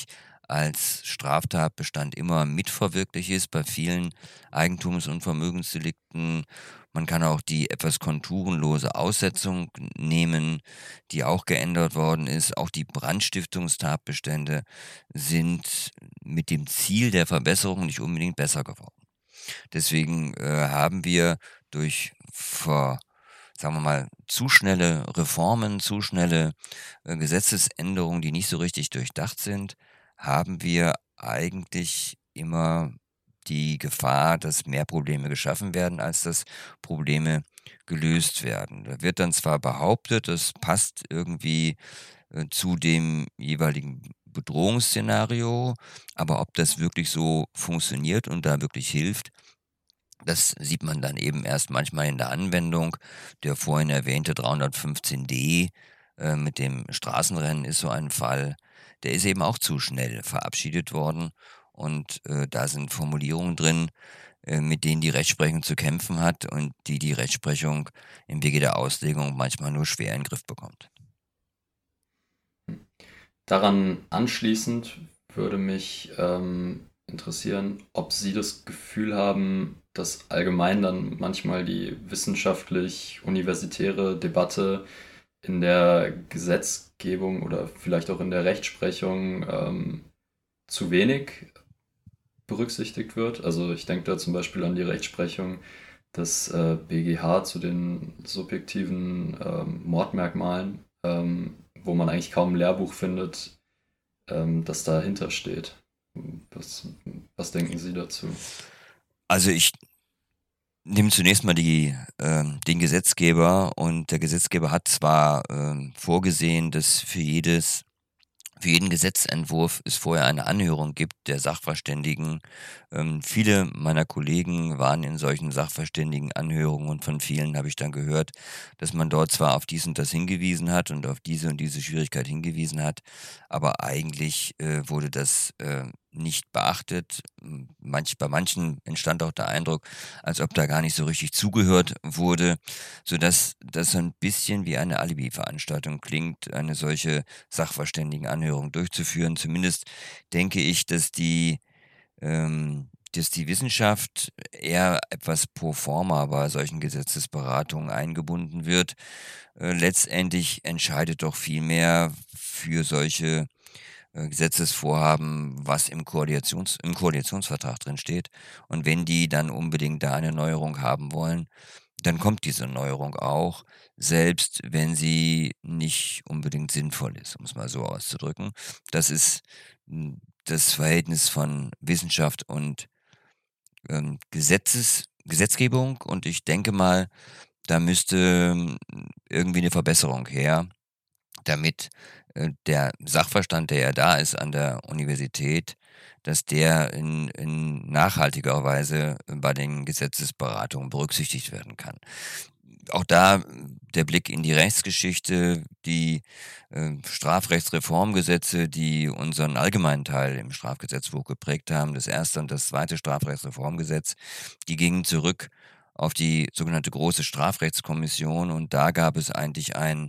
als Straftatbestand immer mitverwirklich ist bei vielen Eigentums- und Vermögensdelikten. Man kann auch die etwas konturenlose Aussetzung nehmen, die auch geändert worden ist. Auch die Brandstiftungstatbestände sind mit dem Ziel der Verbesserung nicht unbedingt besser geworden. Deswegen äh, haben wir durch ver, sagen wir mal, zu schnelle Reformen, zu schnelle äh, Gesetzesänderungen, die nicht so richtig durchdacht sind, haben wir eigentlich immer die Gefahr, dass mehr Probleme geschaffen werden, als dass Probleme gelöst werden. Da wird dann zwar behauptet, das passt irgendwie äh, zu dem jeweiligen Bedrohungsszenario, aber ob das wirklich so funktioniert und da wirklich hilft, das sieht man dann eben erst manchmal in der Anwendung. Der vorhin erwähnte dreihundertfünfzehn d äh, mit dem Straßenrennen ist so ein Fall. Der ist eben auch zu schnell verabschiedet worden und äh, da sind Formulierungen drin, äh, mit denen die Rechtsprechung zu kämpfen hat und die die Rechtsprechung im Wege der Auslegung manchmal nur schwer in den Griff bekommt. Daran anschließend würde mich ähm, interessieren, ob Sie das Gefühl haben, dass allgemein dann manchmal die wissenschaftlich-universitäre Debatte in der Gesetzgebung oder vielleicht auch in der Rechtsprechung ähm, zu wenig berücksichtigt wird. Also ich denke da zum Beispiel an die Rechtsprechung des äh, B G H zu den subjektiven ähm, Mordmerkmalen, ähm, wo man eigentlich kaum ein Lehrbuch findet, ähm, das dahinter steht. Was, was denken Sie dazu? Also ich nehme zunächst mal die, ähm, den Gesetzgeber und der Gesetzgeber hat zwar ähm, vorgesehen, dass für jedes für jeden Gesetzentwurf es vorher eine Anhörung gibt der Sachverständigen. Ähm, viele meiner Kollegen waren in solchen Sachverständigenanhörungen und von vielen habe ich dann gehört, dass man dort zwar auf dies und das hingewiesen hat und auf diese und diese Schwierigkeit hingewiesen hat, aber eigentlich äh, wurde das äh, nicht beachtet. M- Manch, bei manchen entstand auch der Eindruck, als ob da gar nicht so richtig zugehört wurde, sodass das so ein bisschen wie eine Alibi-Veranstaltung klingt, eine solche Sachverständigenanhörung durchzuführen. Zumindest denke ich, dass die, ähm, dass die Wissenschaft eher etwas pro forma bei solchen Gesetzesberatungen eingebunden wird. Äh, letztendlich entscheidet doch viel mehr für solche äh, Gesetzesvorhaben, was im, Koalitions im Koalitionsvertrag drin steht. Und wenn die dann unbedingt da eine Neuerung haben wollen, dann kommt diese Neuerung auch, selbst wenn sie nicht unbedingt sinnvoll ist, um es mal so auszudrücken. Das ist hm, das Verhältnis von Wissenschaft und ähm, Gesetzes Gesetzgebung und ich denke mal, da müsste hm, irgendwie eine Verbesserung her, damit äh, der Sachverstand, der ja da ist an der Universität, dass der in, in nachhaltiger Weise bei den Gesetzesberatungen berücksichtigt werden kann. Auch da der Blick in die Rechtsgeschichte, die äh, Strafrechtsreformgesetze, die unseren allgemeinen Teil im Strafgesetzbuch geprägt haben, das erste und das zweite Strafrechtsreformgesetz, die gingen zurück auf die sogenannte Große Strafrechtskommission und da gab es eigentlich ein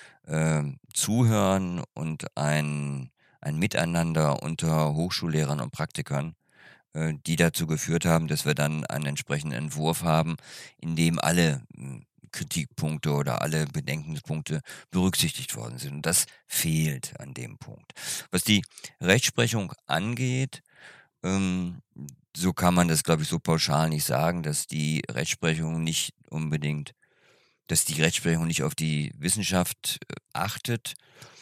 äh, Zuhören und ein, ein Miteinander unter Hochschullehrern und Praktikern, äh, die dazu geführt haben, dass wir dann einen entsprechenden Entwurf haben, in dem alle hm, Kritikpunkte oder alle Bedenkenspunkte berücksichtigt worden sind. Und das fehlt an dem Punkt. Was die Rechtsprechung angeht, ähm, so kann man das, glaube ich, so pauschal nicht sagen, dass die Rechtsprechung nicht unbedingt, dass die Rechtsprechung nicht auf die Wissenschaft äh, achtet.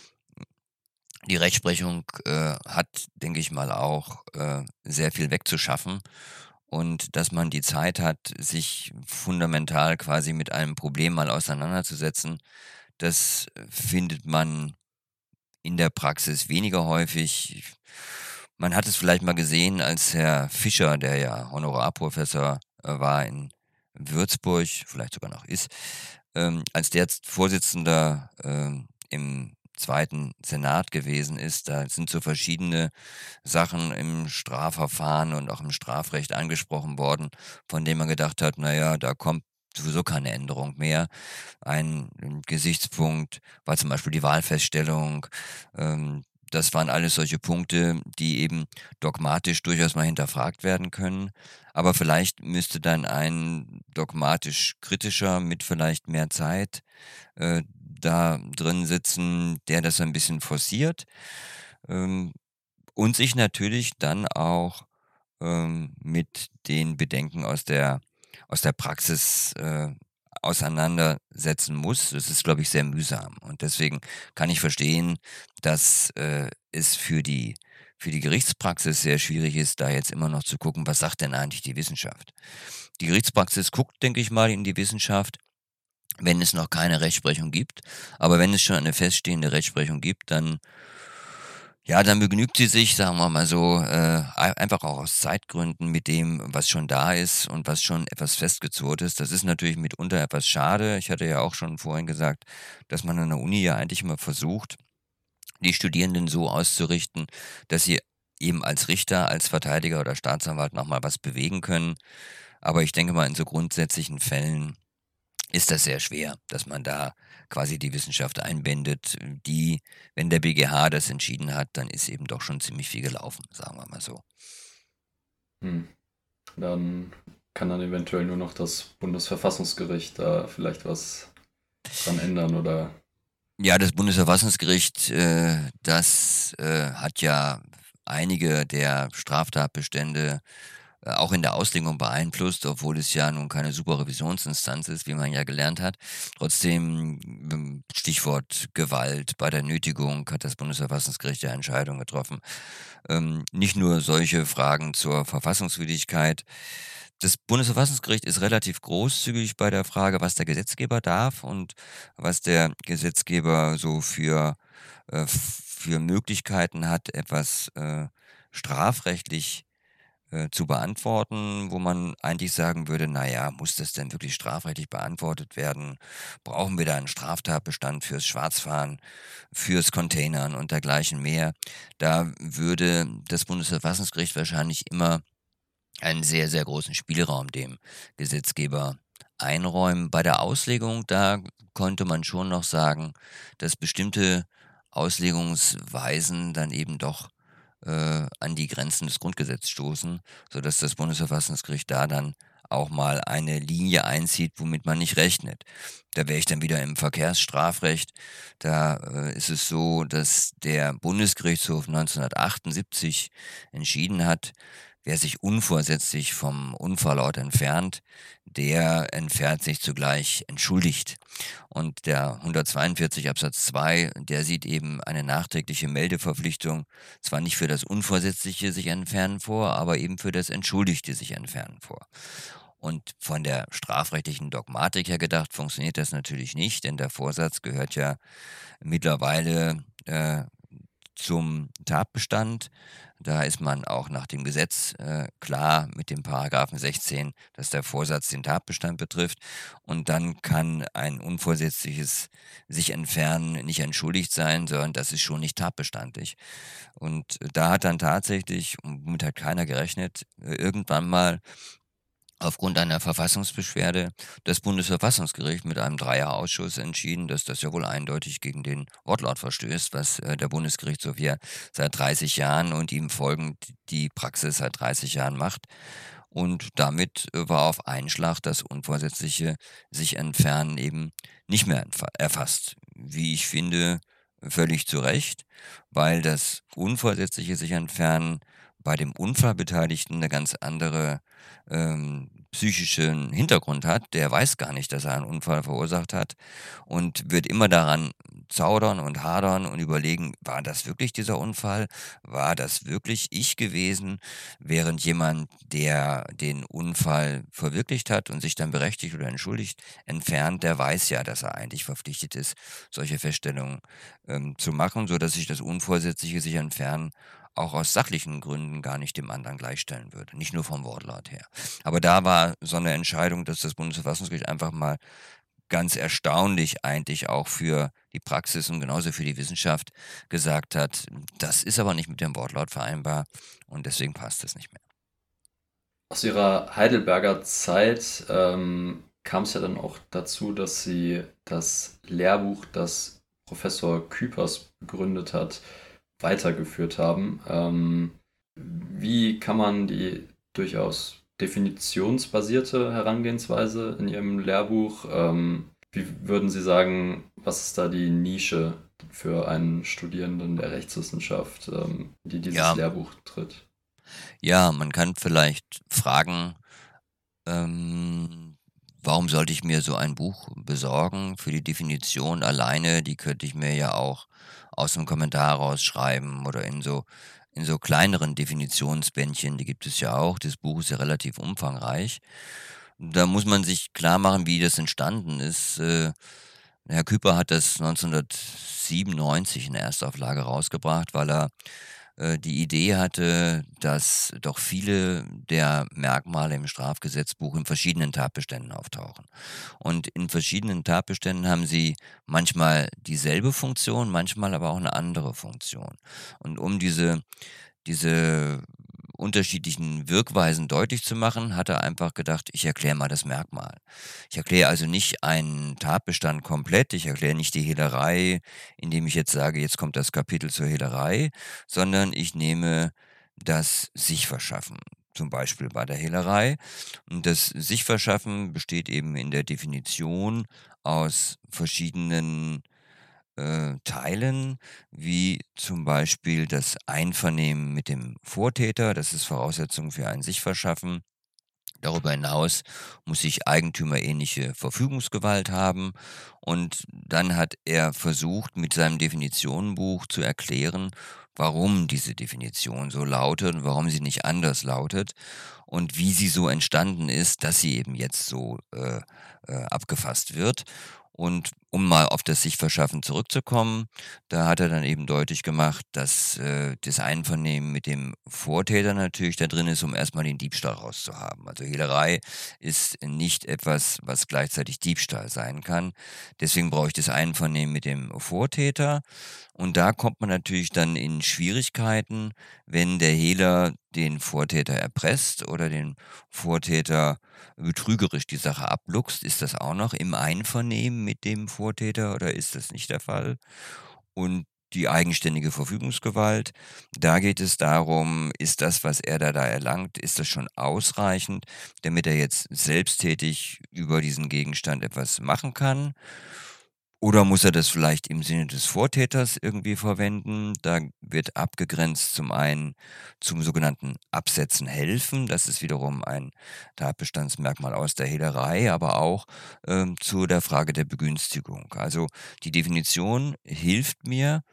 Die Rechtsprechung äh, hat, denke ich mal, auch äh, sehr viel wegzuschaffen und dass man die Zeit hat, sich fundamental quasi mit einem Problem mal auseinanderzusetzen, das findet man in der Praxis weniger häufig. Man hat es vielleicht mal gesehen, als Herr Fischer, der ja Honorarprofessor äh, war in Würzburg, vielleicht sogar noch ist, ähm, als der jetzt Vorsitzender ähm, im zweiten Senat gewesen ist. Da sind so verschiedene Sachen im Strafverfahren und auch im Strafrecht angesprochen worden, von denen man gedacht hat, naja, da kommt sowieso keine Änderung mehr. Ein ähm, Gesichtspunkt war zum Beispiel die Wahlfeststellung. Ähm, das waren alles solche Punkte, die eben dogmatisch durchaus mal hinterfragt werden können. Aber vielleicht müsste dann ein dogmatisch kritischer mit vielleicht mehr Zeit äh, da drin sitzen, der das ein bisschen forciert ähm, und sich natürlich dann auch ähm, mit den Bedenken aus der, aus der Praxis äh, auseinandersetzen muss. Das ist, glaube ich, sehr mühsam. Und deswegen kann ich verstehen, dass äh, es für die, für die Gerichtspraxis sehr schwierig ist, da jetzt immer noch zu gucken, was sagt denn eigentlich die Wissenschaft. Die Gerichtspraxis guckt, denke ich mal, in die Wissenschaft, wenn es noch keine Rechtsprechung gibt. Aber wenn es schon eine feststehende Rechtsprechung gibt, dann ja, dann begnügt sie sich, sagen wir mal so, äh, ei- einfach auch aus Zeitgründen mit dem, was schon da ist und was schon etwas festgezurrt ist. Das ist natürlich mitunter etwas schade. Ich hatte ja auch schon vorhin gesagt, dass man an der Uni ja eigentlich immer versucht, die Studierenden so auszurichten, dass sie eben als Richter, als Verteidiger oder Staatsanwalt nochmal was bewegen können. Aber ich denke mal, in so grundsätzlichen Fällen ist das sehr schwer, dass man da quasi die Wissenschaft einbindet, die, wenn der B G H das entschieden hat, dann ist eben doch schon ziemlich viel gelaufen, sagen wir mal so. Hm. Dann kann dann eventuell nur noch das Bundesverfassungsgericht da vielleicht was dran ändern oder. Ja, das Bundesverfassungsgericht, äh, das äh, hat ja einige der Straftatbestände äh, auch in der Auslegung beeinflusst, obwohl es ja nun keine Superrevisionsinstanz ist, wie man ja gelernt hat. Trotzdem, ähm, Stichwort Gewalt bei der Nötigung, hat das Bundesverfassungsgericht ja Entscheidungen getroffen. Ähm, nicht nur solche Fragen zur Verfassungswidrigkeit. Das Bundesverfassungsgericht ist relativ großzügig bei der Frage, was der Gesetzgeber darf und was der Gesetzgeber so für, äh, für Möglichkeiten hat, etwas äh, strafrechtlich äh, zu beantworten, wo man eigentlich sagen würde, naja, muss das denn wirklich strafrechtlich beantwortet werden? Brauchen wir da einen Straftatbestand fürs Schwarzfahren, fürs Containern und dergleichen mehr? Da würde das Bundesverfassungsgericht wahrscheinlich immer einen sehr, sehr großen Spielraum dem Gesetzgeber einräumen. Bei der Auslegung, da konnte man schon noch sagen, dass bestimmte Auslegungsweisen dann eben doch äh, an die Grenzen des Grundgesetzes stoßen, sodass das Bundesverfassungsgericht da dann auch mal eine Linie einzieht, womit man nicht rechnet. Da wäre ich dann wieder im Verkehrsstrafrecht. Da äh, ist es so, dass der Bundesgerichtshof neunzehnhundertachtundsiebzig entschieden hat, wer sich unvorsätzlich vom Unfallort entfernt, der entfernt sich zugleich entschuldigt. Und der hundertzweiundvierzig Absatz zwei, der sieht eben eine nachträgliche Meldeverpflichtung zwar nicht für das unvorsätzliche sich entfernen vor, aber eben für das entschuldigte sich entfernen vor. Und von der strafrechtlichen Dogmatik her gedacht, funktioniert das natürlich nicht, denn der Vorsatz gehört ja mittlerweile äh, zum Tatbestand. Da ist man auch nach dem Gesetz äh, klar mit dem Paragraphen sechzehn, dass der Vorsatz den Tatbestand betrifft. Und dann kann ein unvorsätzliches sich entfernen nicht entschuldigt sein, sondern das ist schon nicht tatbestandlich. Und da hat dann tatsächlich, und womit hat keiner gerechnet, äh, irgendwann mal aufgrund einer Verfassungsbeschwerde das Bundesverfassungsgericht mit einem Dreierausschuss entschieden, dass das ja wohl eindeutig gegen den Wortlaut verstößt, was äh, der Bundesgerichtshof ja seit dreißig Jahren und ihm folgend die Praxis seit dreißig Jahren macht. Und damit äh, war auf einen Schlag das unvorsätzliche sich entfernen eben nicht mehr erfasst. Wie ich finde, völlig zu Recht, weil das unvorsätzliche sich entfernen bei dem Unfallbeteiligten eine ganz andere ähm, psychischen Hintergrund hat, der weiß gar nicht, dass er einen Unfall verursacht hat und wird immer daran zaudern und hadern und überlegen, war das wirklich dieser Unfall? War das wirklich ich gewesen? Während jemand, der den Unfall verwirklicht hat und sich dann berechtigt oder entschuldigt, entfernt, der weiß ja, dass er eigentlich verpflichtet ist, solche Feststellungen ähm, zu machen, sodass sich das unvorsätzliche sich entfernen auch aus sachlichen Gründen gar nicht dem anderen gleichstellen würde, nicht nur vom Wortlaut her. Aber da war so eine Entscheidung, dass das Bundesverfassungsgericht einfach mal ganz erstaunlich eigentlich auch für die Praxis und genauso für die Wissenschaft gesagt hat, das ist aber nicht mit dem Wortlaut vereinbar und deswegen passt es nicht mehr. Aus ihrer Heidelberger Zeit ähm, kam es ja dann auch dazu, dass sie das Lehrbuch, das Professor Küpers begründet hat, weitergeführt haben. Ähm, wie kann man die durchaus definitionsbasierte Herangehensweise in Ihrem Lehrbuch, ähm, wie würden Sie sagen, was ist da die Nische für einen Studierenden der Rechtswissenschaft, ähm, die dieses Ja, Lehrbuch tritt? ja, man kann vielleicht fragen, ähm, warum sollte ich mir so ein Buch besorgen für die Definition alleine? Die könnte ich mir ja auch aus dem Kommentar rausschreiben oder in so in so kleineren Definitionsbändchen, die gibt es ja auch. Das Buch ist ja relativ umfangreich. Da muss man sich klar machen, wie das entstanden ist. Äh, Herr Küper hat das neunzehnhundertsiebenundneunzig in der Erstauflage rausgebracht, weil er äh, die Idee hatte, dass doch viele der Merkmale im Strafgesetzbuch in verschiedenen Tatbeständen auftauchen. Und in verschiedenen Tatbeständen haben sie manchmal dieselbe Funktion, manchmal aber auch eine andere Funktion. Und um diese diese unterschiedlichen Wirkweisen deutlich zu machen, hat er einfach gedacht, ich erkläre mal das Merkmal. Ich erkläre also nicht einen Tatbestand komplett, ich erkläre nicht die Hehlerei, indem ich jetzt sage, jetzt kommt das Kapitel zur Hehlerei, sondern ich nehme das Sich-Verschaffen. Zum Beispiel bei der Hehlerei. Und das Sich-Verschaffen besteht eben in der Definition aus verschiedenen äh, Teilen, wie zum Beispiel das Einvernehmen mit dem Vortäter, das ist Voraussetzung für ein Sich-Verschaffen. Darüber hinaus muss ich eigentümerähnliche Verfügungsgewalt haben. Und dann hat er versucht, mit seinem Definitionenbuch zu erklären, warum diese Definition so lautet und warum sie nicht anders lautet und wie sie so entstanden ist, dass sie eben jetzt so äh, äh, abgefasst wird. Und um mal auf das Sich-Verschaffen zurückzukommen, da hat er dann eben deutlich gemacht, dass äh, das Einvernehmen mit dem Vortäter natürlich da drin ist, um erstmal den Diebstahl rauszuhaben. Also Hehlerei ist nicht etwas, was gleichzeitig Diebstahl sein kann. Deswegen brauche ich das Einvernehmen mit dem Vortäter. Und da kommt man natürlich dann in Schwierigkeiten, wenn der Hehler den Vortäter erpresst oder den Vortäter betrügerisch die Sache abluchst. Ist das auch noch im Einvernehmen mit dem Vortäter oder ist das nicht der Fall? Und die eigenständige Verfügungsgewalt, da geht es darum, ist das, was er da da erlangt, ist das schon ausreichend, damit er jetzt selbsttätig über diesen Gegenstand etwas machen kann? Oder muss er das vielleicht im Sinne des Vortäters irgendwie verwenden? Da wird abgegrenzt zum einen zum sogenannten Absetzen helfen. Das ist wiederum ein Tatbestandsmerkmal aus der Hehlerei, aber auch ähm, zu der Frage der Begünstigung. Also die Definition hilft mir,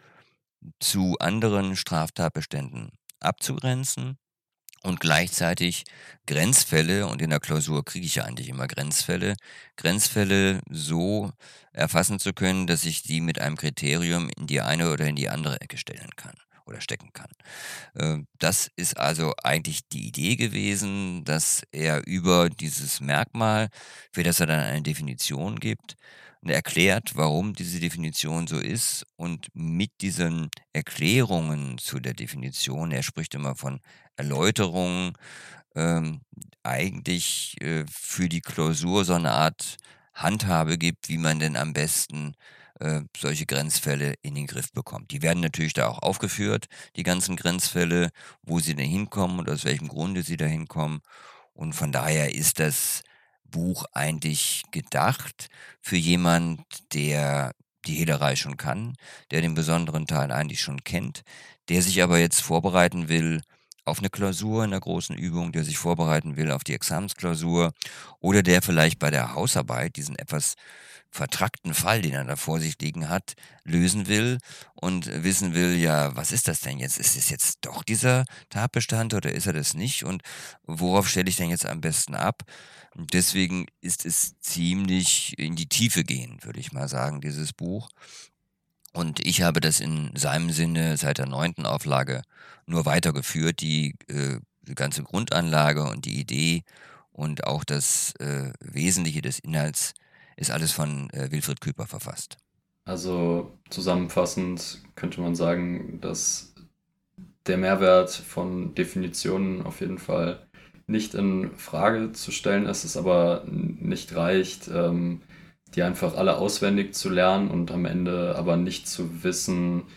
zu anderen Straftatbeständen abzugrenzen und gleichzeitig Grenzfälle, und in der Klausur kriege ich ja eigentlich immer Grenzfälle, Grenzfälle so erfassen zu können, dass ich die mit einem Kriterium in die eine oder in die andere Ecke stellen kann oder stecken kann. Äh, Das ist also eigentlich die Idee gewesen, dass er über dieses Merkmal, für das er dann eine Definition gibt, erklärt, warum diese Definition so ist und mit diesen Erklärungen zu der Definition, er spricht immer von Erläuterungen, ähm, eigentlich äh, für die Klausur so eine Art Handhabe gibt, wie man denn am besten äh, solche Grenzfälle in den Griff bekommt. Die werden natürlich da auch aufgeführt, die ganzen Grenzfälle, wo sie denn hinkommen und aus welchem Grunde sie da hinkommen. Und von daher ist das Buch eigentlich gedacht für jemand, der die Hehlerei schon kann, der den besonderen Teil eigentlich schon kennt, der sich aber jetzt vorbereiten will auf eine Klausur in der großen Übung, der sich vorbereiten will auf die Examensklausur oder der vielleicht bei der Hausarbeit diesen etwas vertrackten Fall, den er da vor sich liegen hat, lösen will und wissen will, ja, was ist das denn jetzt? Ist es jetzt doch dieser Tatbestand oder ist er das nicht? Und worauf stelle ich denn jetzt am besten ab? Und deswegen ist es ziemlich in die Tiefe gehend, würde ich mal sagen, dieses Buch. Und ich habe das in seinem Sinne seit der neunten Auflage nur weitergeführt. Die, äh, die ganze Grundanlage und die Idee und auch das äh, Wesentliche des Inhalts ist alles von äh, Wilfried Küper verfasst. Also zusammenfassend könnte man sagen, dass der Mehrwert von Definitionen auf jeden Fall nicht in Frage zu stellen ist, es aber nicht reicht, ähm, die einfach alle auswendig zu lernen und am Ende aber nicht zu wissen,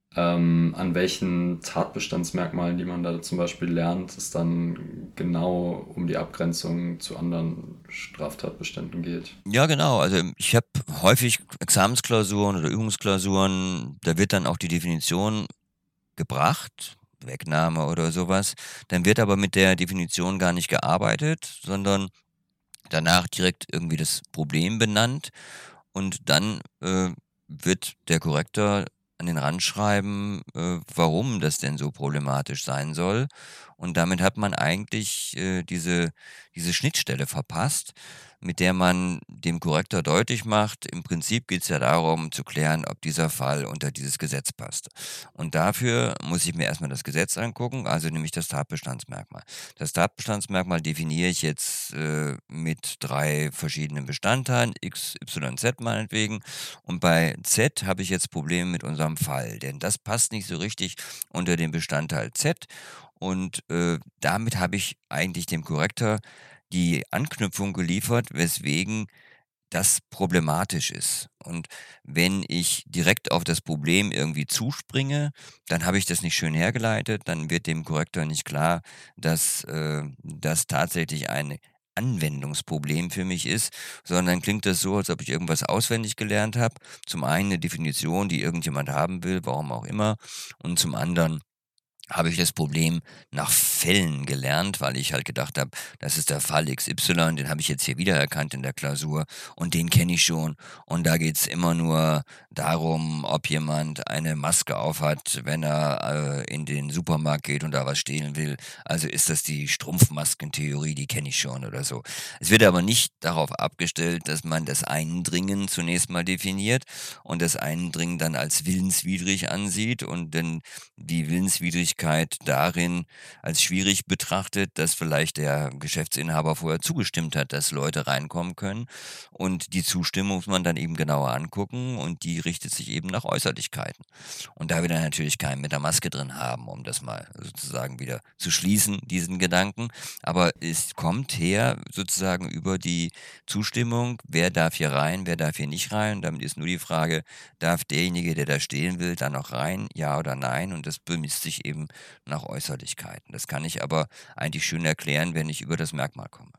Ähm, an welchen Tatbestandsmerkmalen, die man da zum Beispiel lernt, es dann genau um die Abgrenzung zu anderen Straftatbeständen geht? Ja, genau. Also ich habe häufig Examensklausuren oder Übungsklausuren, da wird dann auch die Definition gebracht, Wegnahme oder sowas. Dann wird aber mit der Definition gar nicht gearbeitet, sondern danach direkt irgendwie das Problem benannt und dann äh, wird der Korrektor an den Rand schreiben, äh, warum das denn so problematisch sein soll. Und damit hat man eigentlich äh, diese, diese Schnittstelle verpasst, mit der man dem Korrektor deutlich macht, im Prinzip geht es ja darum zu klären, ob dieser Fall unter dieses Gesetz passt. Und dafür muss ich mir erstmal das Gesetz angucken, also nämlich das Tatbestandsmerkmal. Das Tatbestandsmerkmal definiere ich jetzt äh, mit drei verschiedenen Bestandteilen, X, Y, Z meinetwegen. Und bei Z habe ich jetzt Probleme mit unserem Fall, denn das passt nicht so richtig unter den Bestandteil Z. Und äh, damit habe ich eigentlich dem Korrektor die Anknüpfung geliefert, weswegen das problematisch ist. Und wenn ich direkt auf das Problem irgendwie zuspringe, dann habe ich das nicht schön hergeleitet, dann wird dem Korrektor nicht klar, dass äh, das tatsächlich ein Anwendungsproblem für mich ist, sondern dann klingt das so, als ob ich irgendwas auswendig gelernt habe. Zum einen eine Definition, die irgendjemand haben will, warum auch immer, und zum anderen habe ich das Problem nach Fällen gelernt, weil ich halt gedacht habe, das ist der Fall X Y, den habe ich jetzt hier wiedererkannt in der Klausur und den kenne ich schon. Und da geht's immer nur darum, ob jemand eine Maske aufhat, wenn er äh, in den Supermarkt geht und da was stehlen will. Also ist das die Strumpfmaskentheorie, die kenne ich schon oder so. Es wird aber nicht darauf abgestellt, dass man das Eindringen zunächst mal definiert und das Eindringen dann als willenswidrig ansieht und dann die Willenswidrigkeit darin als schwierig betrachtet, dass vielleicht der Geschäftsinhaber vorher zugestimmt hat, dass Leute reinkommen können. Und die Zustimmung muss man dann eben genauer angucken und die richtet sich eben nach Äußerlichkeiten. Und da wir dann natürlich keinen mit der Maske drin haben, um das mal sozusagen wieder zu schließen, diesen Gedanken. Aber es kommt her sozusagen über die Zustimmung, wer darf hier rein, wer darf hier nicht rein. Und damit ist nur die Frage, darf derjenige, der da stehen will, da noch rein, ja oder nein? Und das bemisst sich eben nach Äußerlichkeiten. Das kann ich aber eigentlich schön erklären, wenn ich über das Merkmal komme.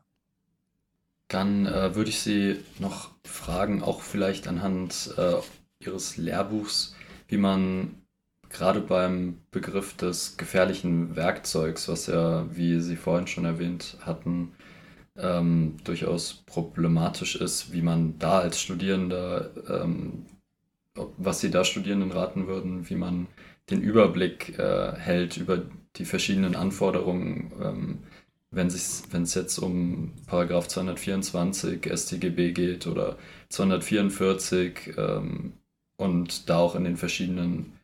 Dann äh, würde ich Sie noch fragen, auch vielleicht anhand äh, Ihres Lehrbuchs, wie man gerade beim Begriff des gefährlichen Werkzeugs, was ja, wie Sie vorhin schon erwähnt hatten, ähm, durchaus problematisch ist, wie man da als Studierender, ähm, ob- was Sie da Studierenden raten würden, wie man den Überblick äh, hält über die verschiedenen Anforderungen, ähm, wenn es wenn es jetzt um Paragraph zweihundertvierundzwanzig S t G B geht oder zweihundertvierundvierzig ähm, und da auch in den verschiedenen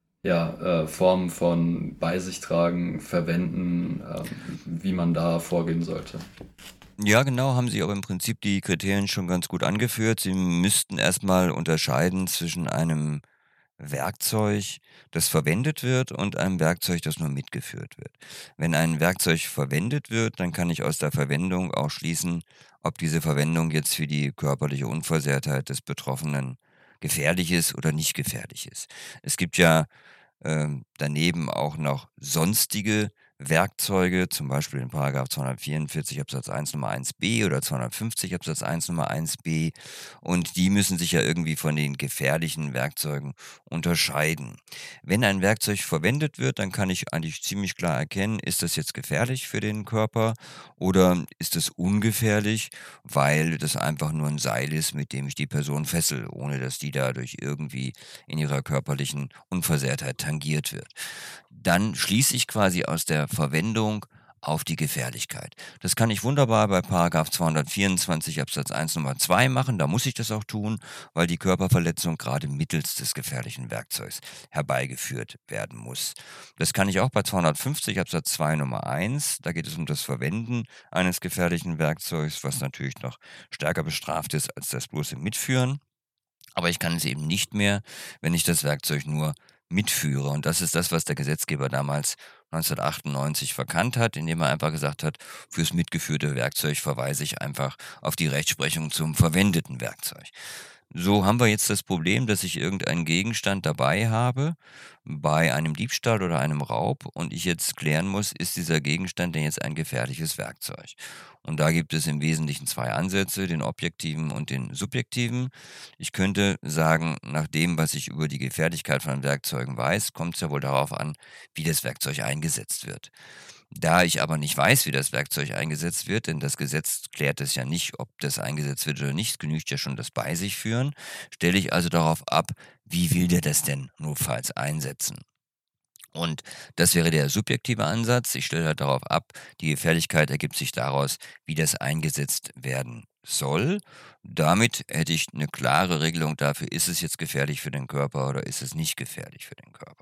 ja, äh, Formen von bei sich tragen, verwenden, ähm, wie man da vorgehen sollte. Ja, genau, haben Sie aber im Prinzip die Kriterien schon ganz gut angeführt. Sie müssten erstmal unterscheiden zwischen einem Werkzeug, das verwendet wird und einem Werkzeug, das nur mitgeführt wird. Wenn ein Werkzeug verwendet wird, dann kann ich aus der Verwendung auch schließen, ob diese Verwendung jetzt für die körperliche Unversehrtheit des Betroffenen gefährlich ist oder nicht gefährlich ist. Es gibt ja ähm, daneben auch noch sonstige Werkzeuge, zum Beispiel in Paragraph zweihundertvierundvierzig Absatz eins Nummer eins b oder zweihundertfünfzig Absatz eins Nummer eins b. Und die müssen sich ja irgendwie von den gefährlichen Werkzeugen unterscheiden. Wenn ein Werkzeug verwendet wird, dann kann ich eigentlich ziemlich klar erkennen, ist das jetzt gefährlich für den Körper oder ist es ungefährlich, weil das einfach nur ein Seil ist, mit dem ich die Person fessel, ohne dass die dadurch irgendwie in ihrer körperlichen Unversehrtheit tangiert wird. Dann schließe ich quasi aus der Verwendung auf die Gefährlichkeit. Das kann ich wunderbar bei Paragraph zweihundertvierundzwanzig Absatz eins Nummer zwei machen. Da muss ich das auch tun, weil die Körperverletzung gerade mittels des gefährlichen Werkzeugs herbeigeführt werden muss. Das kann ich auch bei zweihundertfünfzig Absatz zwei Nummer eins. Da geht es um das Verwenden eines gefährlichen Werkzeugs, was natürlich noch stärker bestraft ist als das bloße Mitführen. Aber ich kann es eben nicht mehr, wenn ich das Werkzeug nur mitführe. Und das ist das, was der Gesetzgeber damals neunzehnhundertachtundneunzig verkannt hat, indem er einfach gesagt hat, fürs mitgeführte Werkzeug verweise ich einfach auf die Rechtsprechung zum verwendeten Werkzeug. So haben wir jetzt das Problem, dass ich irgendeinen Gegenstand dabei habe bei einem Diebstahl oder einem Raub und ich jetzt klären muss, ist dieser Gegenstand denn jetzt ein gefährliches Werkzeug? Und da gibt es im Wesentlichen zwei Ansätze, den objektiven und den subjektiven. Ich könnte sagen, nach dem, was ich über die Gefährlichkeit von Werkzeugen weiß, kommt es ja wohl darauf an, wie das Werkzeug eingesetzt wird. Da ich aber nicht weiß, wie das Werkzeug eingesetzt wird, denn das Gesetz klärt es ja nicht, ob das eingesetzt wird oder nicht, es genügt ja schon das Bei sich führen, stelle ich also darauf ab, wie will der das denn notfalls einsetzen. Und das wäre der subjektive Ansatz. Ich stelle halt darauf ab, die Gefährlichkeit ergibt sich daraus, wie das eingesetzt werden soll. Damit hätte ich eine klare Regelung dafür, ist es jetzt gefährlich für den Körper oder ist es nicht gefährlich für den Körper.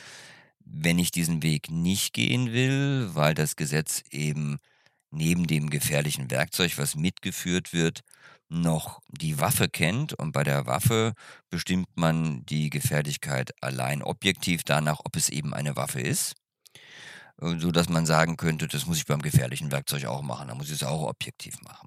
Wenn ich diesen Weg nicht gehen will, weil das Gesetz eben neben dem gefährlichen Werkzeug, was mitgeführt wird, noch die Waffe kennt und bei der Waffe bestimmt man die Gefährlichkeit allein objektiv danach, ob es eben eine Waffe ist, äh, sodass man sagen könnte, das muss ich beim gefährlichen Werkzeug auch machen, da muss ich es auch objektiv machen.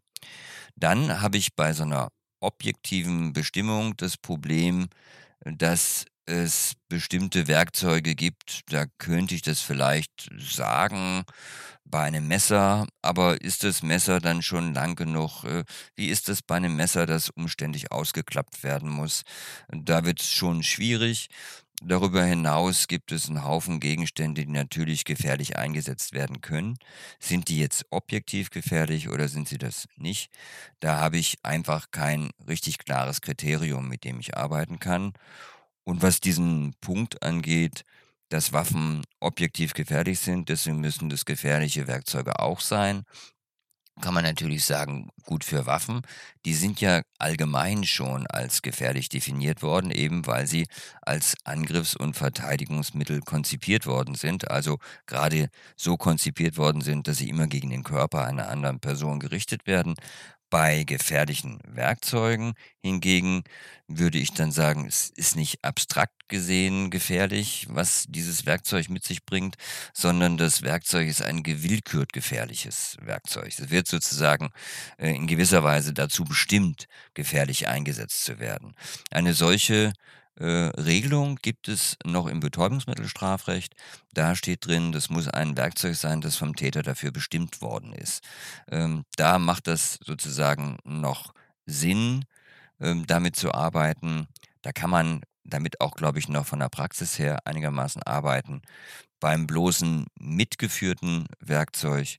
Dann habe ich bei so einer objektiven Bestimmung das Problem, dass es bestimmte Werkzeuge gibt, da könnte ich das vielleicht sagen bei einem Messer, aber ist das Messer dann schon lang genug? Äh, wie ist es bei einem Messer, das umständlich ausgeklappt werden muss? Da wird es schon schwierig. Darüber hinaus gibt es einen Haufen Gegenstände, die natürlich gefährlich eingesetzt werden können. Sind die jetzt objektiv gefährlich oder sind sie das nicht? Da habe ich einfach kein richtig klares Kriterium, mit dem ich arbeiten kann. Und was diesen Punkt angeht, dass Waffen objektiv gefährlich sind, deswegen müssen das gefährliche Werkzeuge auch sein, kann man natürlich sagen, gut für Waffen. Die sind ja allgemein schon als gefährlich definiert worden, eben weil sie als Angriffs- und Verteidigungsmittel konzipiert worden sind. Also gerade so konzipiert worden sind, dass sie immer gegen den Körper einer anderen Person gerichtet werden. Bei gefährlichen Werkzeugen hingegen würde ich dann sagen, es ist nicht abstrakt gesehen gefährlich, was dieses Werkzeug mit sich bringt, sondern das Werkzeug ist ein gewillkürt gefährliches Werkzeug. Es wird sozusagen äh, in gewisser Weise dazu bestimmt, gefährlich eingesetzt zu werden. Eine solche äh, Regelung gibt es noch im Betäubungsmittelstrafrecht. Da steht drin, das muss ein Werkzeug sein, das vom Täter dafür bestimmt worden ist. Ähm, da macht das sozusagen noch Sinn, ähm, damit zu arbeiten. Da kann man damit auch, glaube ich, noch von der Praxis her einigermaßen arbeiten. Beim bloßen mitgeführten Werkzeug,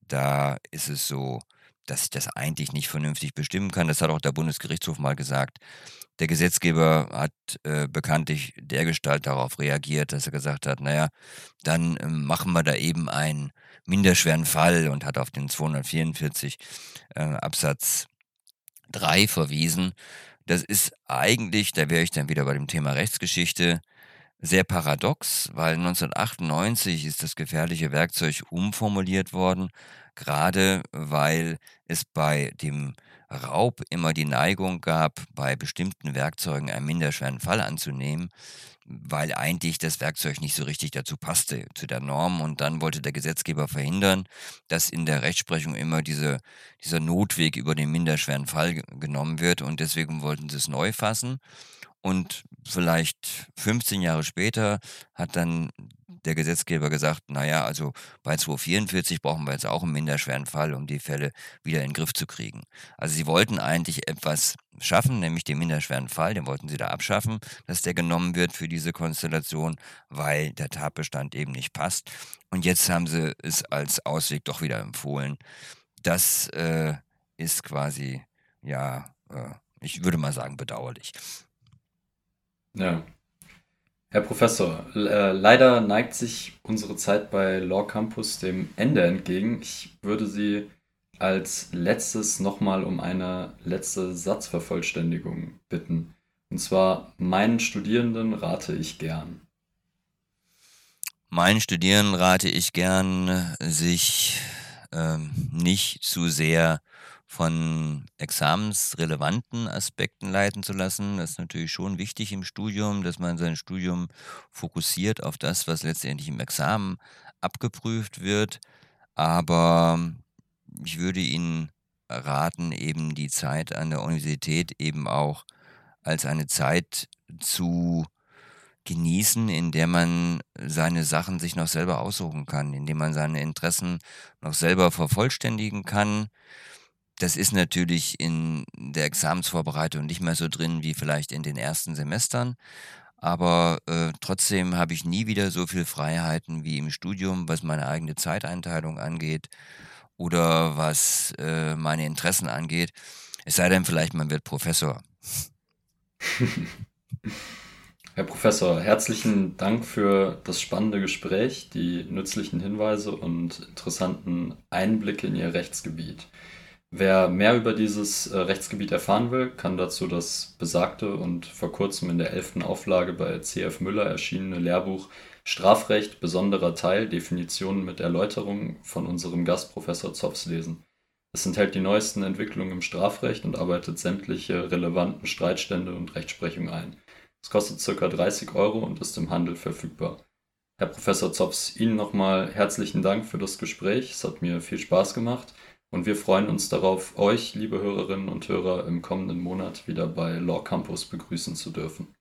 da ist es so, dass ich das eigentlich nicht vernünftig bestimmen kann. Das hat auch der Bundesgerichtshof mal gesagt. Der Gesetzgeber hat äh, bekanntlich dergestalt darauf reagiert, dass er gesagt hat, naja, dann ähm, machen wir da eben einen minderschweren Fall und hat auf den zweihundertvierundvierzig äh, Absatz drei verwiesen. Das ist eigentlich, da wäre ich dann wieder bei dem Thema Rechtsgeschichte, sehr paradox, weil neunzehnhundertachtundneunzig ist das gefährliche Werkzeug umformuliert worden, gerade weil es bei dem Raub immer die Neigung gab, bei bestimmten Werkzeugen einen minderschweren Fall anzunehmen, weil eigentlich das Werkzeug nicht so richtig dazu passte, zu der Norm. Und dann wollte der Gesetzgeber verhindern, dass in der Rechtsprechung immer diese, dieser Notweg über den minderschweren Fall ge- genommen wird. Und deswegen wollten sie es neu fassen. Und vielleicht fünfzehn Jahre später hat dann der Gesetzgeber gesagt, naja, also bei zweihundertvierundvierzig brauchen wir jetzt auch einen minderschweren Fall, um die Fälle wieder in den Griff zu kriegen. Also sie wollten eigentlich etwas schaffen, nämlich den minderschweren Fall, den wollten sie da abschaffen, dass der genommen wird für diese Konstellation, weil der Tatbestand eben nicht passt. Und jetzt haben sie es als Ausweg doch wieder empfohlen. Das äh, ist quasi, ja, äh, ich würde mal sagen, bedauerlich. Ja. Herr Professor, l- äh, leider neigt sich unsere Zeit bei Law Campus dem Ende entgegen. Ich würde Sie als letztes nochmal um eine letzte Satzvervollständigung bitten. Und zwar, meinen Studierenden rate ich gern. Meinen Studierenden rate ich gern, sich ähm, nicht zu sehr von examensrelevanten Aspekten leiten zu lassen. Das ist natürlich schon wichtig im Studium, dass man sein Studium fokussiert auf das, was letztendlich im Examen abgeprüft wird. Aber ich würde Ihnen raten, eben die Zeit an der Universität eben auch als eine Zeit zu genießen, in der man seine Sachen sich noch selber aussuchen kann, in dem man seine Interessen noch selber vervollständigen kann. Das ist natürlich in der Examensvorbereitung nicht mehr so drin wie vielleicht in den ersten Semestern, aber äh, trotzdem habe ich nie wieder so viel Freiheiten wie im Studium, was meine eigene Zeiteinteilung angeht oder was äh, meine Interessen angeht. Es sei denn vielleicht, man wird Professor. Herr Professor, herzlichen Dank für das spannende Gespräch, die nützlichen Hinweise und interessanten Einblicke in Ihr Rechtsgebiet. Wer mehr über dieses äh, Rechtsgebiet erfahren will, kann dazu das besagte und vor kurzem in der elften Auflage bei C F Müller erschienene Lehrbuch Strafrecht, besonderer Teil, Definitionen mit Erläuterungen von unserem Gast Professor Zopf lesen. Es enthält die neuesten Entwicklungen im Strafrecht und arbeitet sämtliche relevanten Streitstände und Rechtsprechung ein. Es kostet ca. dreißig Euro und ist im Handel verfügbar. Herr Professor Zopf, Ihnen nochmal herzlichen Dank für das Gespräch. Es hat mir viel Spaß gemacht und wir freuen uns darauf, euch, liebe Hörerinnen und Hörer, im kommenden Monat wieder bei Law Campus begrüßen zu dürfen.